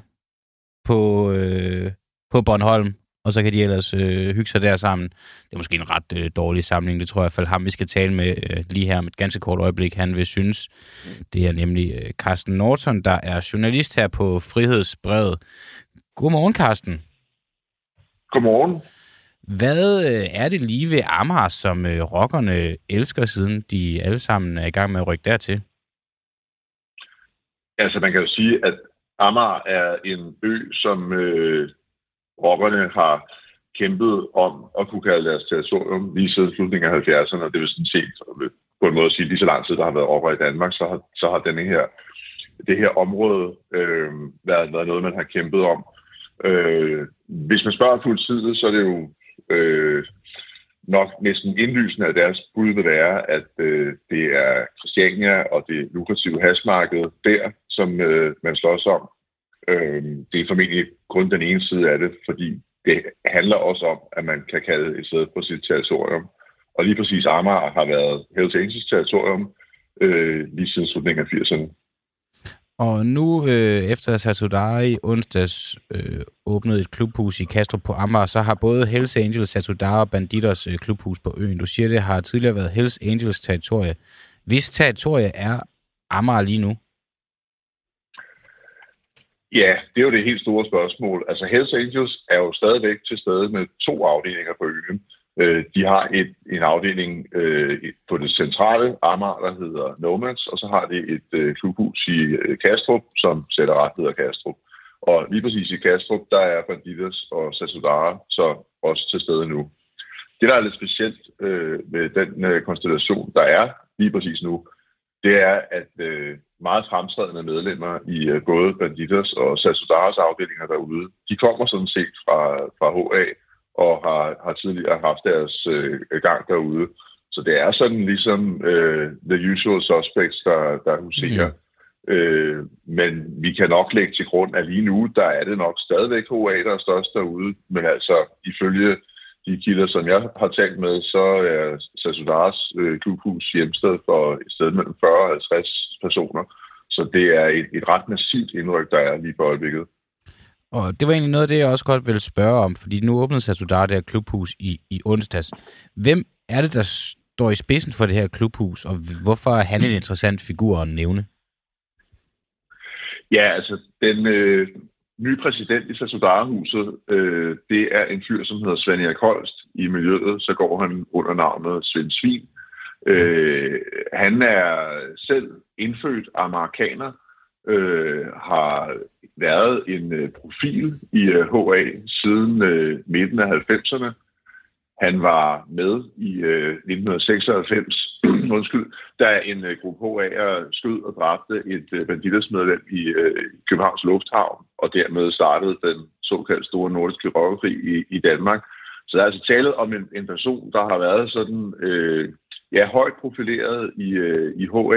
på Bornholm, og så kan de ellers hygge sig der sammen. Det er måske en ret dårlig samling. Det tror jeg i hvert fald ham, vi skal tale med lige her om et ganske kort øjeblik. Han vil synes, det er nemlig Carsten Norton, der er journalist her på Frihedsbrevet. Godmorgen, Carsten.
Godmorgen.
Hvad er det lige ved Amager, som rockerne elsker, siden de alle sammen er i gang med at rykke dertil?
Altså, man kan jo sige, at Amager er en ø, som rockerne har kæmpet om at kunne kalde deres territorium lige siden slutningen af 70'erne, og det vil sådan set på en måde sige, lige så lang tid, der har været rockere i Danmark, så har det her område været noget, man har kæmpet om. Hvis man spørger politiet, så er det jo nok næsten indlysende, at deres bud vil være, at det er Christiania og det lukrative hashmarked der, som man slås om. Det er formentlig kun den ene side af det, fordi det handler også om, at man kan kalde et sted på sit territorium. Og lige præcis Amager har været Hells Angels territorium lige siden slutningen af 80'erne.
Og nu, efter Satudarah i onsdags åbnede et klubhus i Kastrup på Amager, så har både Hells Angels, Satudarah og Bandidos klubhus på øen. Du siger, det har tidligere været Hells Angels territorie. Hvis territorie er Amager lige nu?
Ja, det er jo det helt store spørgsmål. Altså Hells Angels er jo stadigvæk til stede med 2 afdelinger på øen. De har en afdeling på det centrale Amager, der hedder Nomads, og så har de et klubhus i Kastrup, som sætter ret hedder Kastrup. Og lige præcis i Kastrup, der er Bandidos og Satudarah så også til stede nu. Det, der er lidt specielt med den konstellation, der er lige præcis nu, det er, at meget fremtrædende medlemmer i både Bandidos og Satudarahs afdelinger derude, de kommer sådan set fra HA, og har tidligere haft deres gang derude. Så det er sådan ligesom the usual suspects, der huserer. Men vi kan nok lægge til grund, at lige nu, der er det nok stadigvæk HA, der er størst derude. Men altså, ifølge de kilder, som jeg har talt med, så er Satudarahs klubhus hjemsted for et sted mellem 40 og 50 personer. Så det er et ret massivt indryk, der er lige på øjeblikket.
Og det var egentlig noget af det, jeg også godt ville spørge om, fordi nu åbnede Satudarah det her klubhus i onsdags. Hvem er det, der står i spidsen for det her klubhus, og hvorfor er han en interessant figur at nævne?
Ja, altså den nye præsident i Satudarah-huset, det er en fyr, som hedder Svend Erik Holst. I miljøet, så går han under navnet Svend Svin. Han er selv indfødt amerikaner, har været en profil i HA siden midten af 90'erne. Han var med i 1996, da en gruppe HA'er skød og dræbte et Bandidos-medlem i Københavns Lufthavn, og dermed startede den såkaldt store nordiske rockerkrig i Danmark. Så der er altså tale om en person, der har været sådan højt profileret i HA,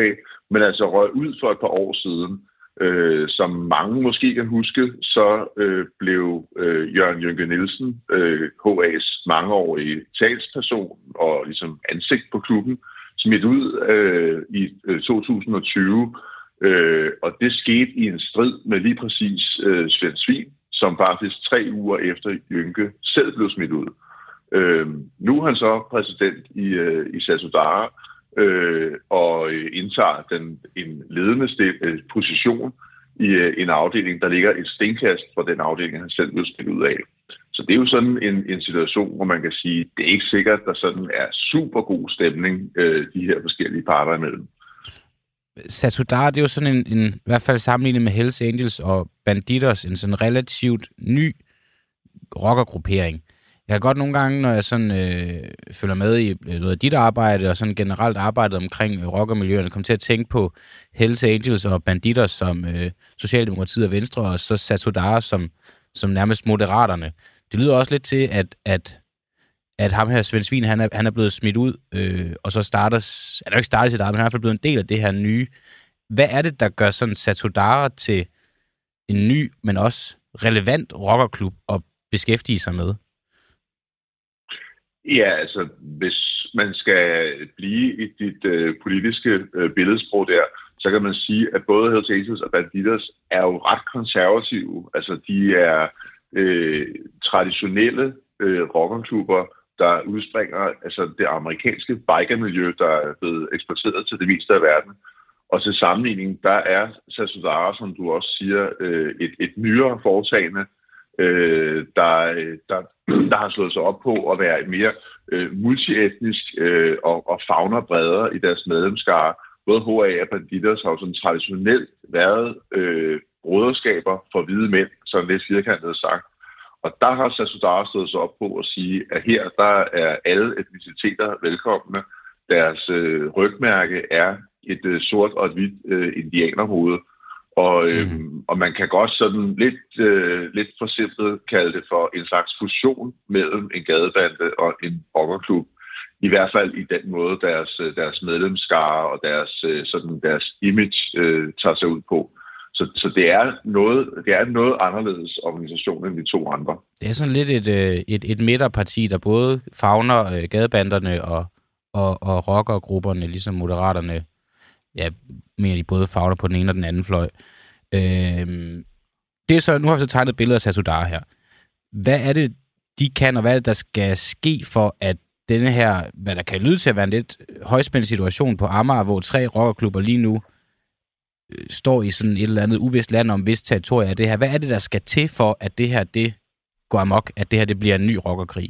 men altså røg ud for et par år siden. Som mange måske kan huske, så blev Jørgen Jynke Nielsen, HA's mangeårige talsperson og ligesom ansigt på klubben, smidt ud i 2020. Og det skete i en strid med lige præcis Svend Svin, som faktisk 3 uger efter Jynke selv blev smidt ud. Nu er han så præsident i Satudarah, og indtager en ledende position i en afdeling, der ligger et stenkast fra den afdeling, han selv blev smidt ud af. Så det er jo sådan en situation, hvor man kan sige, det er ikke sikkert, at der sådan er super god stemning de her forskellige parter imellem.
Satudarah, det er jo sådan en i hvert fald sammenlignet med Hells Angels og Bandidos, en sådan relativt ny rockergruppering. Jeg kan godt nogle gange, når jeg sådan følger med i noget af dit arbejde, og sådan generelt arbejdet omkring rockermiljøerne, komme til at tænke på Hells Angels og Bandidos som Socialdemokratiet og Venstre, og så Satudarah som nærmest moderaterne. Det lyder også lidt til, at ham her, Svend Svin, han er blevet smidt ud, og så han er jo ikke startet sit arbejde, men han er i hvert fald blevet en del af det her nye. Hvad er det, der gør sådan Satudarah til en ny, men også relevant rockerklub at beskæftige sig med?
Ja, altså, hvis man skal blive i dit politiske billedsprog der, så kan man sige, at både Hells Angels og Bandidos er jo ret konservative. Altså, de er traditionelle rockerklubber, der udspringer altså det amerikanske bikermiljø, der er blevet eksporteret til det meste af verden. Og til sammenligning, der er Satudarah, som du også siger, et nyere foretagende, der har slået sig op på at være mere multietnisk og favner bredere i deres medlemskare. Både HA og Bandidos har jo sådan traditionelt været broderskaber for hvide mænd, sådan lidt firkantet sagt. Og der har Satudarah stået sig op på at sige, at her der er alle etniciteter velkomne. Deres rygmærke er et sort og et hvidt indianerhoved. Og man kan godt sådan lidt forsimplet kalde det for en slags fusion mellem en gadebande og en rockerklub. I hvert fald i den måde, deres medlemsskare og deres image tager sig ud på. Så det er en noget anderledes organisation end de to andre.
Det er sådan lidt et midterparti, der både favner gadebanderne og rockergrupperne, ligesom moderaterne. Ja, mener de både favner på den ene og den anden fløj. Det er så, nu har vi så tegnet billeder af Satudarah her. Hvad er det, de kan, og hvad er det, der skal ske for, at denne her, hvad der kan lyde til at være en lidt højspændt situation på Amager, hvor 3 rockerklubber lige nu står i sådan et eller andet uvist land om vist territorie af det her. Hvad er det, der skal til for, at det her, det går amok, at det her, det bliver en ny rockerkrig?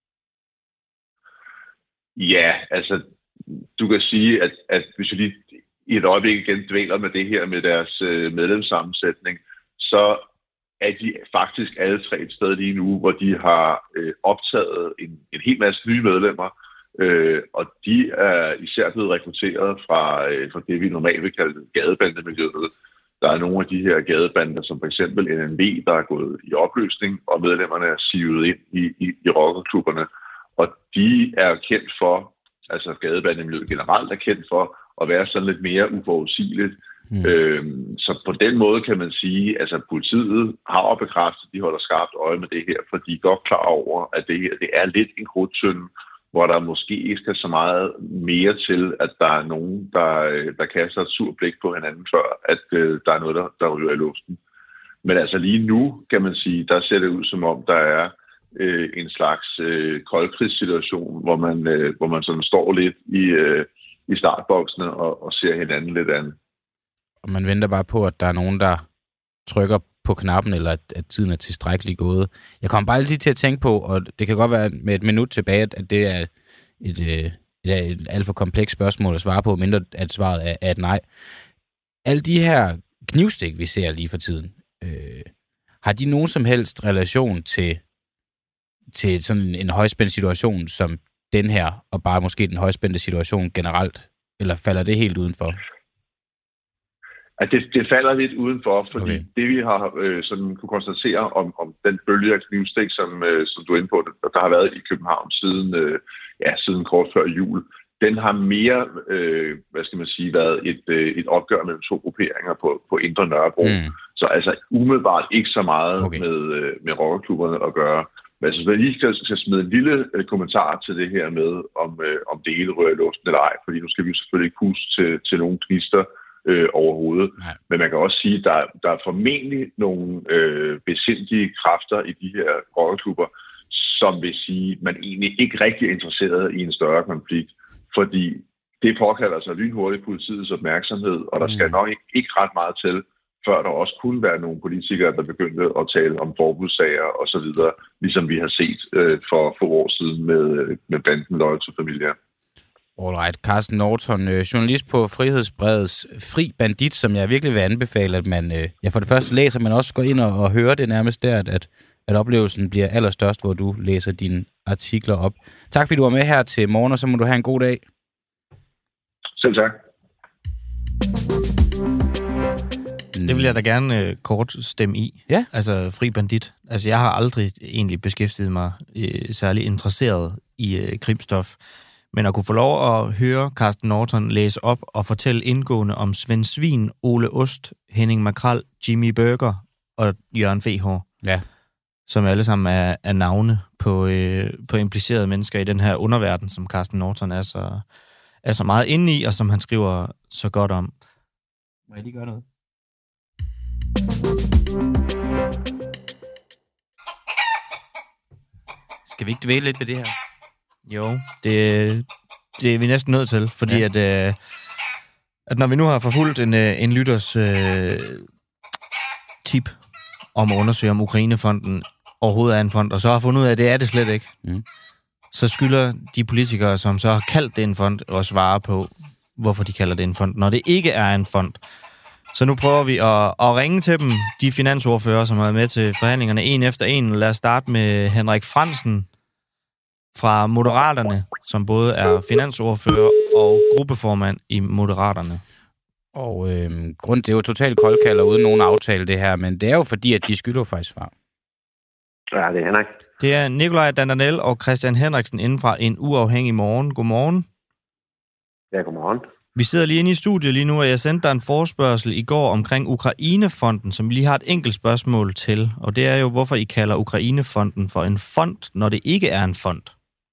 Ja, altså, du kan sige, at hvis vi lige i et øjeblik igen dvæler med det her med deres medlemssammensætning, så er de faktisk alle 3 et sted lige nu, hvor de har optaget en hel masse nye medlemmer, og de er især blevet rekrutteret fra det, vi normalt vil kalde gadebandemiljøet. Der er nogle af de her gadebander, som for eksempel NNV, der er gået i opløsning, og medlemmerne er sivet ind i rockerklubberne. Og de er kendt for, altså gadebandemiljøet generelt er kendt for, at være sådan lidt mere uforudsigeligt. Så på den måde kan man sige, altså politiet har bekræftet, de holder skarpt øje med det her, for de er godt klar over, at det her det er lidt en krudtønde, hvor der måske ikke skal så meget mere til, at der er nogen, der kaster et sur blik på hinanden, før at der er noget, der ryger i luften. Men altså lige nu, kan man sige, der ser det ud som om, der er en slags koldkrigssituation, hvor man sådan står lidt i startboksene og ser hinanden lidt an.
Og man venter bare på, at der er nogen, der trykker på knappen, eller at tiden er tilstrækkeligt gået. Jeg kommer bare altid til at tænke på, og det kan godt være med et minut tilbage, at det er et alt for komplekst spørgsmål at svare på, mindre at svaret er et nej. Alle de her knivstik, vi ser lige for tiden, har de nogen som helst relation til sådan en højspændt situation som den her, og bare måske den højspændte situation generelt? Eller falder det helt udenfor?
At det falder lidt udenfor, fordi det vi har sådan kunne konstatere om den bølge af knivstik, som du er inde på, der har været i København siden kort før jul, den har mere, været et opgør mellem to grupperinger på Indre Nørrebro. Så altså umiddelbart ikke så meget med rockerklubberne at gøre. Men altså, hvis jeg lige skal smide en lille kommentar til det her med, om det hele rører i luften eller ej, fordi nu skal vi selvfølgelig ikke puste til nogle knister overhovedet. Nej. Men man kan også sige, at der er formentlig nogle besindige kræfter i de her rockerklubber, som vil sige, at man egentlig ikke rigtig er interesseret i en større konflikt, fordi det påkalder sig lynhurtigt politiets opmærksomhed, og der skal nok ikke ret meget til, før der også kunne være nogle politikere, der begyndte at tale om forbudssager og så videre, ligesom vi har set for få år siden med banden Loyal to Familia.
Alright, Carsten Norton, journalist på Frihedsbredets Fri Bandit, som jeg virkelig vil anbefale, at man for det første læser, men også går ind og hører det nærmest der, at oplevelsen bliver allerstørst, hvor du læser dine artikler op. Tak fordi du var med her til morgen, og så må du have en god dag.
Selv tak.
Det vil jeg da gerne kort stemme i.
Ja.
Altså Fri Bandit. Altså jeg har aldrig egentlig beskæftiget mig særlig interesseret i krimstof. Men at kunne få lov at høre Carsten Norton læse op og fortælle indgående om Svend Svin, Ole Ost, Henning Makrel, Jimmy Burger og Jørgen Fehår.
Ja.
Som alle sammen er navne på implicerede mennesker i den her underverden, som Carsten Norton er så meget inde i, og som han skriver så godt om. Må jeg lige gøre noget?
Skal vi ikke dvæle lidt ved det her?
Jo, det er vi næsten nødt til, fordi at når vi nu har forfulgt en lytters tip om at undersøge, om Ukrainefonden overhovedet er en fond, og så har fundet ud af, at det er det slet ikke, så skylder de politikere, som så har kaldt det en fond, at svare på, hvorfor de kalder det en fond, når det ikke er en fond. Så nu prøver vi at ringe til dem, de finansordfører, som er med til forhandlingerne en efter en. Lad os starte med Henrik Frandsen fra Moderaterne, som både er finansordfører og gruppeformand i Moderaterne.
Og grund det er jo totalt koldkald og uden nogen aftale det her, men det er jo fordi, at de skylder faktisk svar.
Ja, det er Henrik.
Det er Nikolaj Dandanel og Christian Henriksen inden fra En Uafhængig Morgen. Godmorgen.
Ja, godmorgen.
Vi sidder lige inde i studiet lige nu, og jeg sendte dig en forespørgsel i går omkring Ukrainefonden, som vi lige har et enkelt spørgsmål til. Og det er jo, hvorfor I kalder Ukrainefonden for en fond, når det ikke er en fond.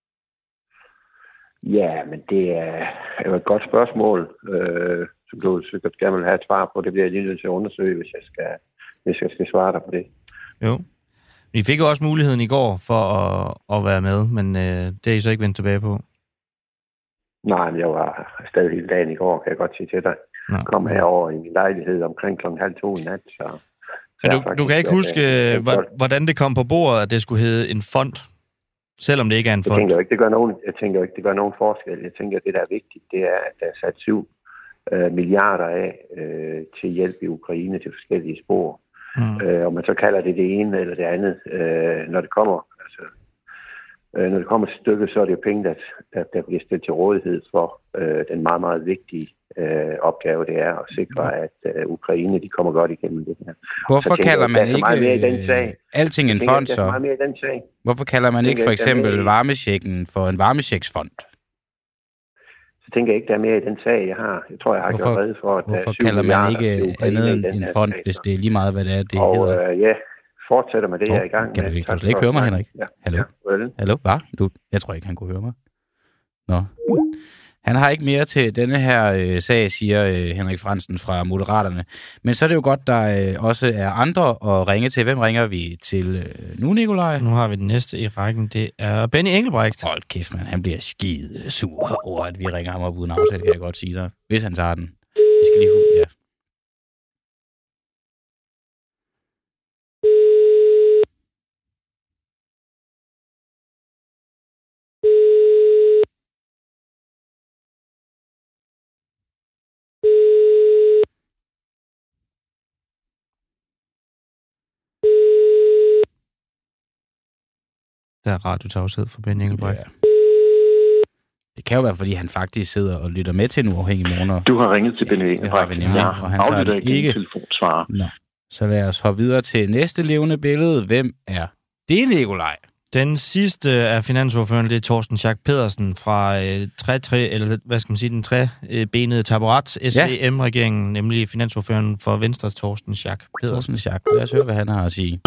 Ja, men det er jo et godt spørgsmål, som du sikkert gerne vil have et svar på. Det bliver jeg lige nødt til at undersøge, hvis jeg skal svare dig på det.
Jo. Vi fik jo også muligheden i går for at være med, men det er I så ikke vendt tilbage på. Nej,
men jeg var stadig hele dagen i går, kan jeg godt sige til dig. Jeg kom herover i min lejlighed omkring 1:30 i nat.
Du kan ikke huske, hvordan det kom på bordet, at det skulle hedde en fond, selvom det ikke er en fond?
Jeg tænker ikke, det gør nogen forskel. Jeg tænker, at det, der er vigtigt, det er, at der er sat 7 milliarder af til hjælp i Ukraine til forskellige spor. Og man så kalder det ene eller det andet, når det kommer. Når det kommer til stykket, så er det jo penge, der bliver stillet til rådighed for den meget, meget vigtige opgave, det er at sikre, at Ukraine de kommer godt igennem det her.
Hvorfor kalder man ikke alting en fond, så? Hvorfor kalder man ikke for eksempel varmechecken for en varmechecksfond?
Så tænker jeg ikke, der er mere i den sag, jeg har. Jeg tror, jeg har gjort rede for, at
hvorfor kalder man ikke andet end en fond, hvis det er lige meget, hvad det er, det
hedder? Fortsætter med det, jeg er i gang med.
Kan du slet ikke høre mig, Henrik?
Ja.
Hallo?
Ja.
Hallo? Hvad? Jeg tror ikke, han kunne høre mig. Nå. Han har ikke mere til denne her sag, siger Henrik Frandsen fra Moderaterne. Men så er det jo godt, der også er andre at ringe til. Hvem ringer vi til nu, Nikolaj?
Nu har vi den næste i rækken. Det er Benny Engelbrecht.
Hold kæft, man. Han bliver skide sur over, at vi ringer ham op uden aftale, kan jeg godt sige dig. Hvis han tager den. Vi skal lige ja.
Der er radiotavshed for Benny Engelbrecht. Ja.
Det kan jo være, fordi han faktisk sidder og lytter med til en uafhængig morgen.
Du har ringet til Benny Engelbrecht.
Ja, og han
aflytter ikke telefonsvarer.
Nå. Så lad os hoppe videre til næste levende billede. Hvem er det, Nikolaj?
Den sidste af finansordførerne, det er Torsten Schack Pedersen fra den trebenede taburet, SVM-regeringen, nemlig finansordføreren for Venstres Torsten Schack Pedersen.
Torsten Schack, lad os høre, hvad han har at sige.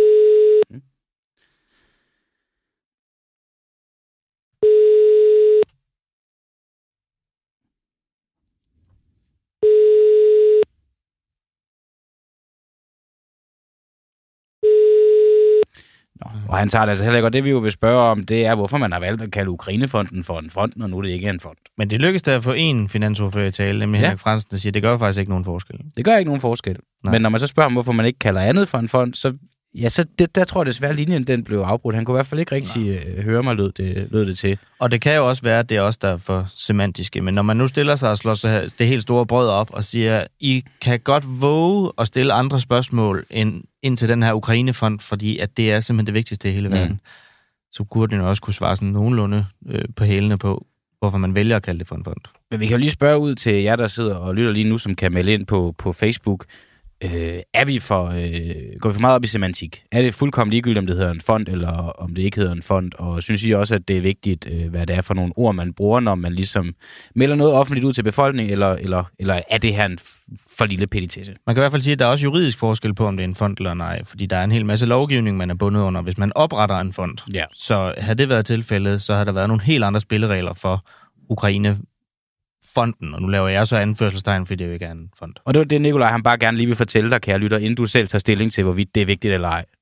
Og han tager det altså heller ikke, og det vi jo vil spørge om, det er, hvorfor man har valgt at kalde Ukrainefonden for en fond, når nu det ikke er en fond.
Men det lykkedes der at få en finansordfører i tale, nemlig Henrik Frandsen, der siger, det gør faktisk ikke nogen forskel.
Det gør ikke nogen forskel. Nej. Men når man så spørger om, hvorfor man ikke kalder andet for en fond, så der tror jeg desværre, linjen den blev afbrudt. Han kunne i hvert fald ikke rigtig høre mig, lød det til.
Og det kan jo også være, at det er også der er for semantiske. Men når man nu stiller sig og slår sig det helt store brød op og siger, I kan godt våge at stille andre spørgsmål ind til den her Ukrainefond, fordi at det er simpelthen det vigtigste i hele verden, så burde den også kunne svare sådan nogenlunde på hælene på, hvorfor man vælger at kalde det for en fond.
Men vi kan jo lige spørge ud til jer, der sidder og lytter lige nu, som kan melde ind på Facebook. Går vi for meget op i semantik? Er det fuldkommen ligegyldigt, om det hedder en fond, eller om det ikke hedder en fond? Og synes I også, at det er vigtigt, hvad det er for nogle ord, man bruger, når man ligesom melder noget offentligt ud til befolkningen, eller er det her en for lille petitesse?
Man kan i hvert fald sige, at der er også juridisk forskel på, om det er en fond eller nej, fordi der er en hel masse lovgivning, man er bundet under, hvis man opretter en fond. Ja. Så havde det været tilfældet, så har der været nogle helt andre spilleregler for Ukrainefonden, og nu laver jeg så anførselstegn, fordi det jo ikke er en fond.
Og det var det, Nikolaj, han bare gerne lige vil fortælle dig, kære lytter, inden du selv tager stilling til, hvorvidt det er vigtigt eller ej.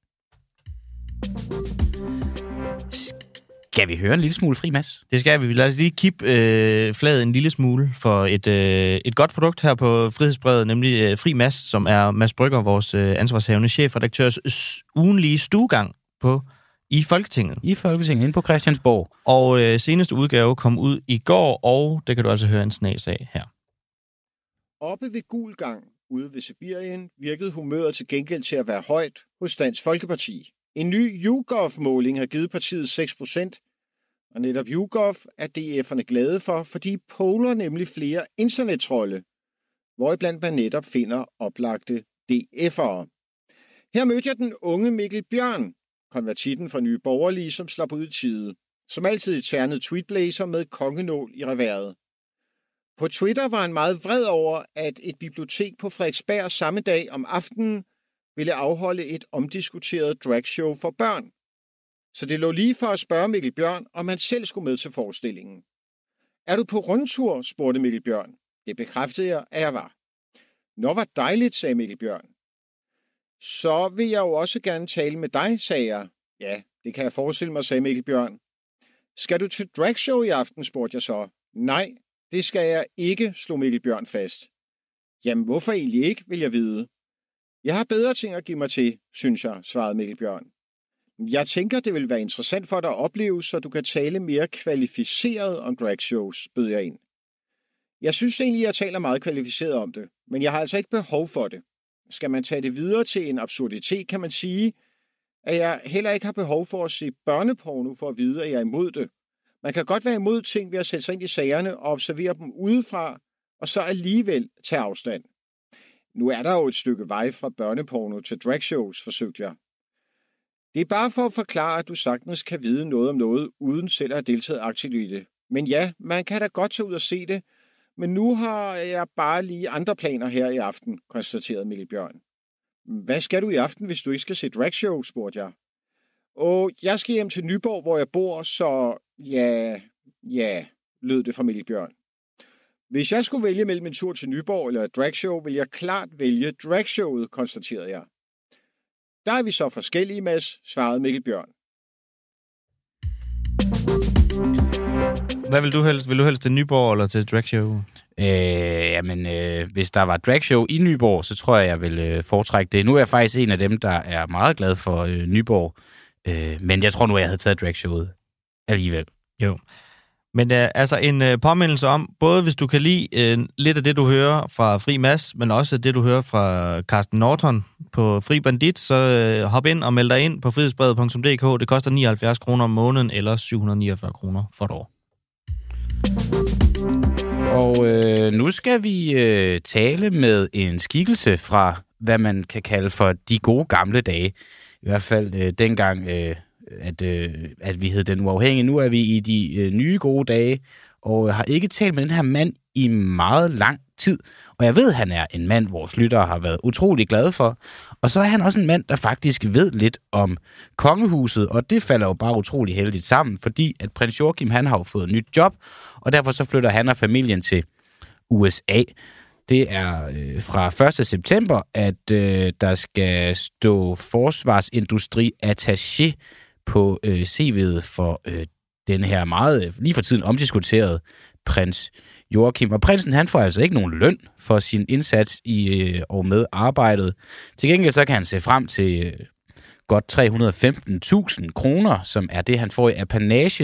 Skal vi høre en lille smule Fri Mads?
Det skal vi. Lad os lige kippe flaget en lille smule for et godt produkt her på Frihedsbrevet, nemlig Fri Mads, som er Mads Brygger, vores ansvarshavende chefredaktørs ugenlige stuegang i Folketinget.
I Folketinget, inde på Christiansborg.
Og seneste udgave kom ud i går, og det kan du altså høre en snas af her.
Oppe ved Gulgang, ude ved Sibirien, virkede humøret til gengæld til at være højt hos Dansk Folkeparti. En ny YouGov-måling har givet partiet 6%, og netop YouGov er DF'erne glade for, fordi poler nemlig flere internettrolde, hvoriblandt man netop finder oplagte DF'ere. Her mødte jeg den unge Mikkel Bjørn, konvertitten fra Nye Borgerlige, som slap ud i tide. Som altid i ternet tweetblazer med kongenål i reværet. På Twitter var han meget vred over, at et bibliotek på Frederiksberg samme dag om aftenen ville afholde et omdiskuteret dragshow for børn. Så det lå lige for at spørge Mikkel Bjørn, om han selv skulle med til forestillingen. Er du på rundtur, spurgte Mikkel Bjørn. Det bekræftede jeg, at jeg var. Nå, hvor dejligt, sagde Mikkel Bjørn. Så vil jeg jo også gerne tale med dig, sagde jeg. Ja, det kan jeg forestille mig, sagde Mikkel Bjørn. Skal du til dragshow i aften, spurgte jeg så. Nej, det skal jeg ikke, slog Mikkel Bjørn fast. Jamen, hvorfor egentlig ikke, vil jeg vide. Jeg har bedre ting at give mig til, synes jeg, svarede Mikkel Bjørn. Jeg tænker, det vil være interessant for dig at opleve, så du kan tale mere kvalificeret om dragshows, bød jeg ind. Jeg synes egentlig, jeg taler meget kvalificeret om det, men jeg har altså ikke behov for det. Skal man tage det videre til en absurditet, kan man sige, at jeg heller ikke har behov for at se børneporno for at vide, at jeg er imod det. Man kan godt være imod ting ved at sætte sig ind i sagerne og observere dem udefra, og så alligevel tage afstand. Nu er der jo et stykke vej fra børneporno til dragshows, forsøgte jeg. Det er bare for at forklare, at du sagtens kan vide noget om noget, uden selv at have deltaget aktivt i det. Men ja, man kan da godt tage ud og se det, men nu har jeg bare lige andre planer her i aften, konstaterede Mikkel Bjørn. Hvad skal du i aften, hvis du ikke skal se dragshow, spurgte jeg. Og jeg skal hjem til Nyborg, hvor jeg bor, så ja, lød det fra Mikkel Bjørn. Hvis jeg skulle vælge mellem en tur til Nyborg eller et dragshow, vil jeg klart vælge dragshowet, konstaterede jeg. Der er vi så forskellige, Mads, svarede Mikkel Bjørn.
Hvad vil du helst? Vil du helst til Nyborg eller til dragshow?
Hvis der var dragshow i Nyborg, så tror jeg vil foretrække det. Nu er jeg faktisk en af dem, der er meget glad for Nyborg. Men jeg tror nu, jeg havde taget dragshowet alligevel.
Jo. Men altså en påmindelse om, både hvis du kan lide lidt af det, du hører fra Fri Mads, men også det, du hører fra Carsten Norton på Fri Bandit, så hop ind og meld dig ind på frihedsbrevet.dk. Det koster 79 kroner om måneden eller 749 kroner for et år.
Og nu skal vi tale med en skikkelse fra, hvad man kan kalde for de gode gamle dage. I hvert fald dengang at vi hed Den Uafhængige. Nu er vi i de nye gode dage, og har ikke talt med den her mand i meget lang tid. Og jeg ved, at han er en mand, vores lyttere har været utrolig glade for. Og så er han også en mand, der faktisk ved lidt om kongehuset, og det falder jo bare utrolig heldigt sammen, fordi at prins Joachim, han har jo fået et nyt job, og derfor så flytter han og familien til USA. Det er fra 1. september, at der skal stå forsvarsindustri attaché på CV'et for den her meget lige for tiden omdiskuterede prins Joachim. Og prinsen, han får altså ikke nogen løn for sin indsats i og med arbejdet. Til gengæld så kan han se frem til godt 315.000 kroner, som er det, han får i apanage,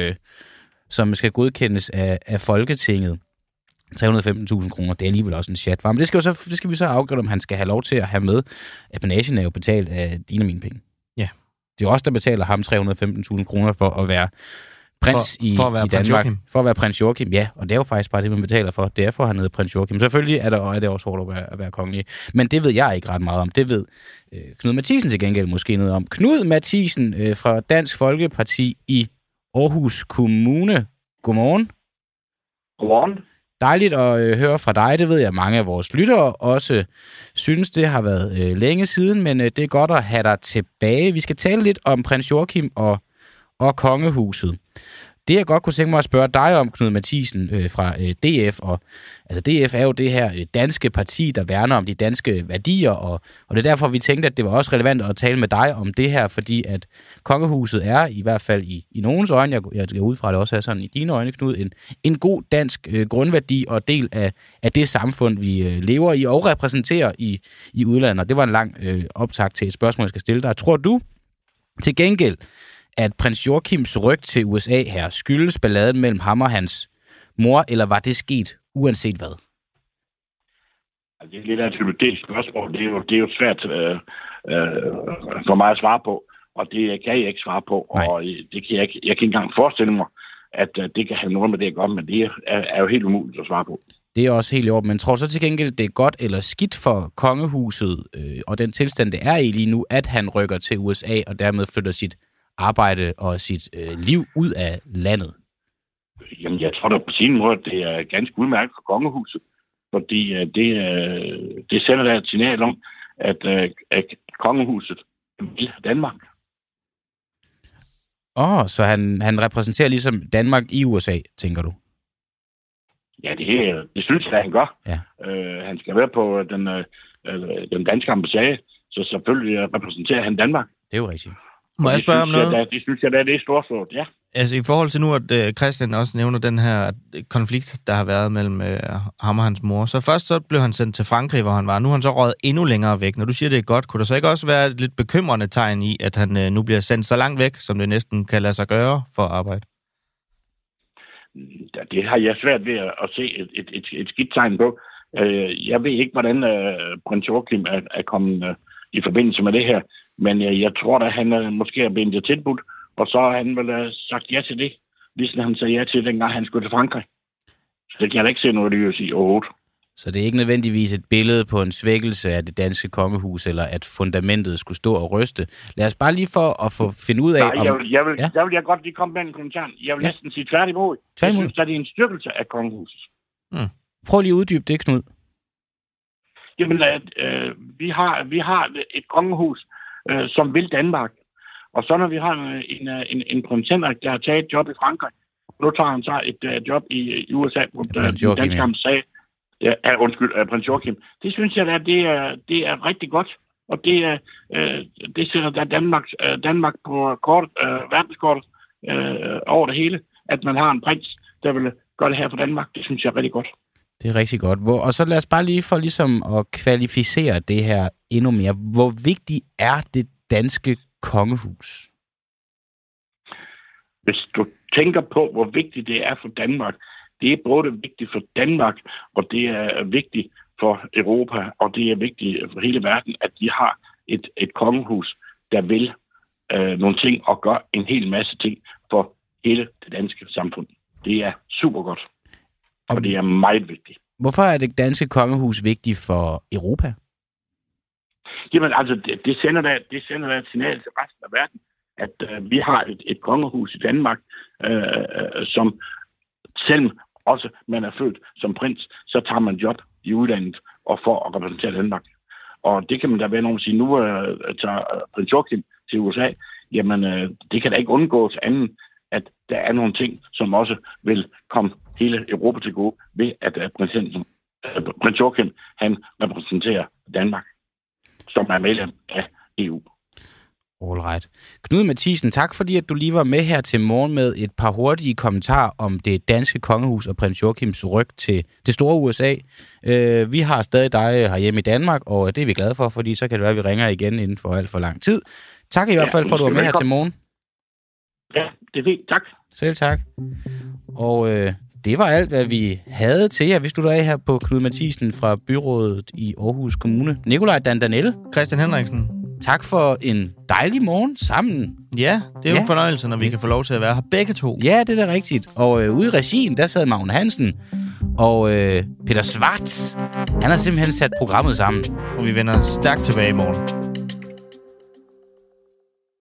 som skal godkendes af Folketinget. 315.000 kroner, det er alligevel også en chat. Men det skal vi så afgøre, om han skal have lov til at have med. Apanagen er jo betalt af dine og mine penge.
Ja.
Det er også der betaler ham 315.000 kroner for at være prins i Danmark. For at være prins Joachim, ja. Og det er jo faktisk bare det, man betaler for. Det er for, at han hedder prins Joachim. Selvfølgelig er det også hårdt at være kongelig. Men det ved jeg ikke ret meget om. Det ved Knud Matthiesen til gengæld måske noget om. Knud Matthiesen fra Dansk Folkeparti i Aarhus Kommune. Godmorgen.
Godmorgen.
Dejligt at høre fra dig. Det ved jeg, mange af vores lyttere også synes, det har været længe siden, men det er godt at have dig tilbage. Vi skal tale lidt om prins Joachim og kongehuset. Det, jeg godt kunne tænke mig at spørge dig om, Knud Matthiesen fra DF, og altså DF er jo det her danske parti, der værner om de danske værdier, og det er derfor, vi tænkte, at det var også relevant at tale med dig om det her, fordi at kongehuset er, i hvert fald i nogens øjne, jeg går ud fra det også er sådan i dine øjne, Knud, en god dansk grundværdi og del af det samfund, vi lever i og repræsenterer i udlandet. Og det var en lang optakt til et spørgsmål, jeg skal stille dig. Tror du til gengæld, at prins Joachims ryg til USA her skyldes balladen mellem ham og hans mor, eller var det sket uanset hvad?
Det er lidt af et hypotetisk spørgsmål. Det er jo svært for mig at svare på, og det kan jeg ikke svare på. Nej. Og det kan jeg kan ikke engang forestille mig, at det kan have noget med det at gøre, men det er jo helt umuligt at svare på.
Det er også helt i orden, men tror så til gengæld, det er godt eller skidt for kongehuset og den tilstand, det er i lige nu, at han rykker til USA og dermed flytter sit arbejde og sit liv ud af landet?
Jamen, jeg tror da på sin måde, det er ganske udmærket for kongehuset, fordi det sender da et signal om, at kongehuset vil Danmark.
Så han repræsenterer ligesom Danmark i USA, tænker du?
Ja, det synes jeg, at han gør.
Ja.
Han skal være på den danske ambassade, så selvfølgelig repræsenterer han Danmark.
Det er jo rigtigt.
Må jeg spørge om noget?
Det synes jeg, det er storslået, ja.
Altså i forhold til nu, at Christian også nævner den her konflikt, der har været mellem ham og hans mor. Så først så blev han sendt til Frankrig, hvor han var. Nu er han så røget endnu længere væk. Når du siger, det er godt, kunne der så ikke også være et lidt bekymrende tegn i, at han nu bliver sendt så langt væk, som det næsten kan lade sig gøre for at arbejde?
Det har jeg svært ved at se et skidt tegn på. Jeg ved ikke, hvordan prins Joachim er kommet i forbindelse med det her. Men jeg tror, at han måske er blevet tilbudt, og så har han vel sagt ja til det, ligesom han sagde ja til, dengang han skulle til Frankrig. Så det kan jeg da ikke se noget lys i overhovedet.
Så det er ikke nødvendigvis et billede på en svækkelse af det danske kongehus, eller at fundamentet skulle stå og ryste. Lad os bare lige for at få finde ud af...
Nej, der vil jeg godt lige komme med en kommentar. Jeg vil næsten sige tværtimod. Jeg synes, at det er en styrkelse af kongehuset.
Prøv lige at uddybe det, Knud.
Jamen, vi har et kongehus, som vil Danmark. Og så når vi har en prins Henrik, der har taget et job i Frankrig, nu tager han så et job i USA på den danske ambassade. Prins Joachim. Det synes jeg, at det er rigtig godt. Og det sætter der Danmark på verdenskortet over det hele. At man har en prins, der vil gøre det her for Danmark, det synes jeg er rigtig godt.
Det er rigtig godt. Og så lad os bare lige for ligesom at kvalificere det her endnu mere. Hvor vigtigt er det danske kongehus?
Hvis du tænker på, hvor vigtigt det er for Danmark, det er både vigtigt for Danmark, og det er vigtigt for Europa, og det er vigtigt for hele verden, at de har et kongehus, der vil nogle ting og gør en hel masse ting for hele det danske samfund. Det er super godt, og det er meget vigtigt.
Hvorfor er det danske kongehus vigtigt for Europa?
Jamen altså, det sender da et signal til resten af verden, at vi har et kongehus i Danmark, som selv også man er født som prins, så tager man job i udlandet og for at repræsentere Danmark. Og det kan man da være nogen at sige, nu tager prins Joachim til USA, jamen det kan da ikke undgås anden, at der er nogle ting, som også vil komme hele Europa til gode, ved at prins Joachim, han repræsenterer Danmark, som er medlem af EU.
Alright. Knud Matthiesen, tak fordi at du lige var med her til morgen med et par hurtige kommentarer om det danske kongehus og prins Joachims ryg til det store USA. Vi har stadig dig herhjemme i Danmark, og det er vi glade for, fordi så kan det være, at vi ringer igen inden for alt for lang tid. Tak i hvert fald for, at du var med her til morgen.
Ja, det er fint. Tak.
Selv tak. Og det var alt, hvad vi havde til jer. Vi slutter af her på Knud Matthiesen fra byrådet i Aarhus Kommune. Nikolaj Dandanel.
Christian Henriksen.
Tak for en dejlig morgen sammen.
Ja, det er jo en fornøjelse, når vi kan få lov til at være her begge to.
Ja, det er da rigtigt. Og ude i regien, der sad Magne Hansen og Peter Schwartz. Han har simpelthen sat programmet sammen.
Og vi vender stærkt tilbage i morgen.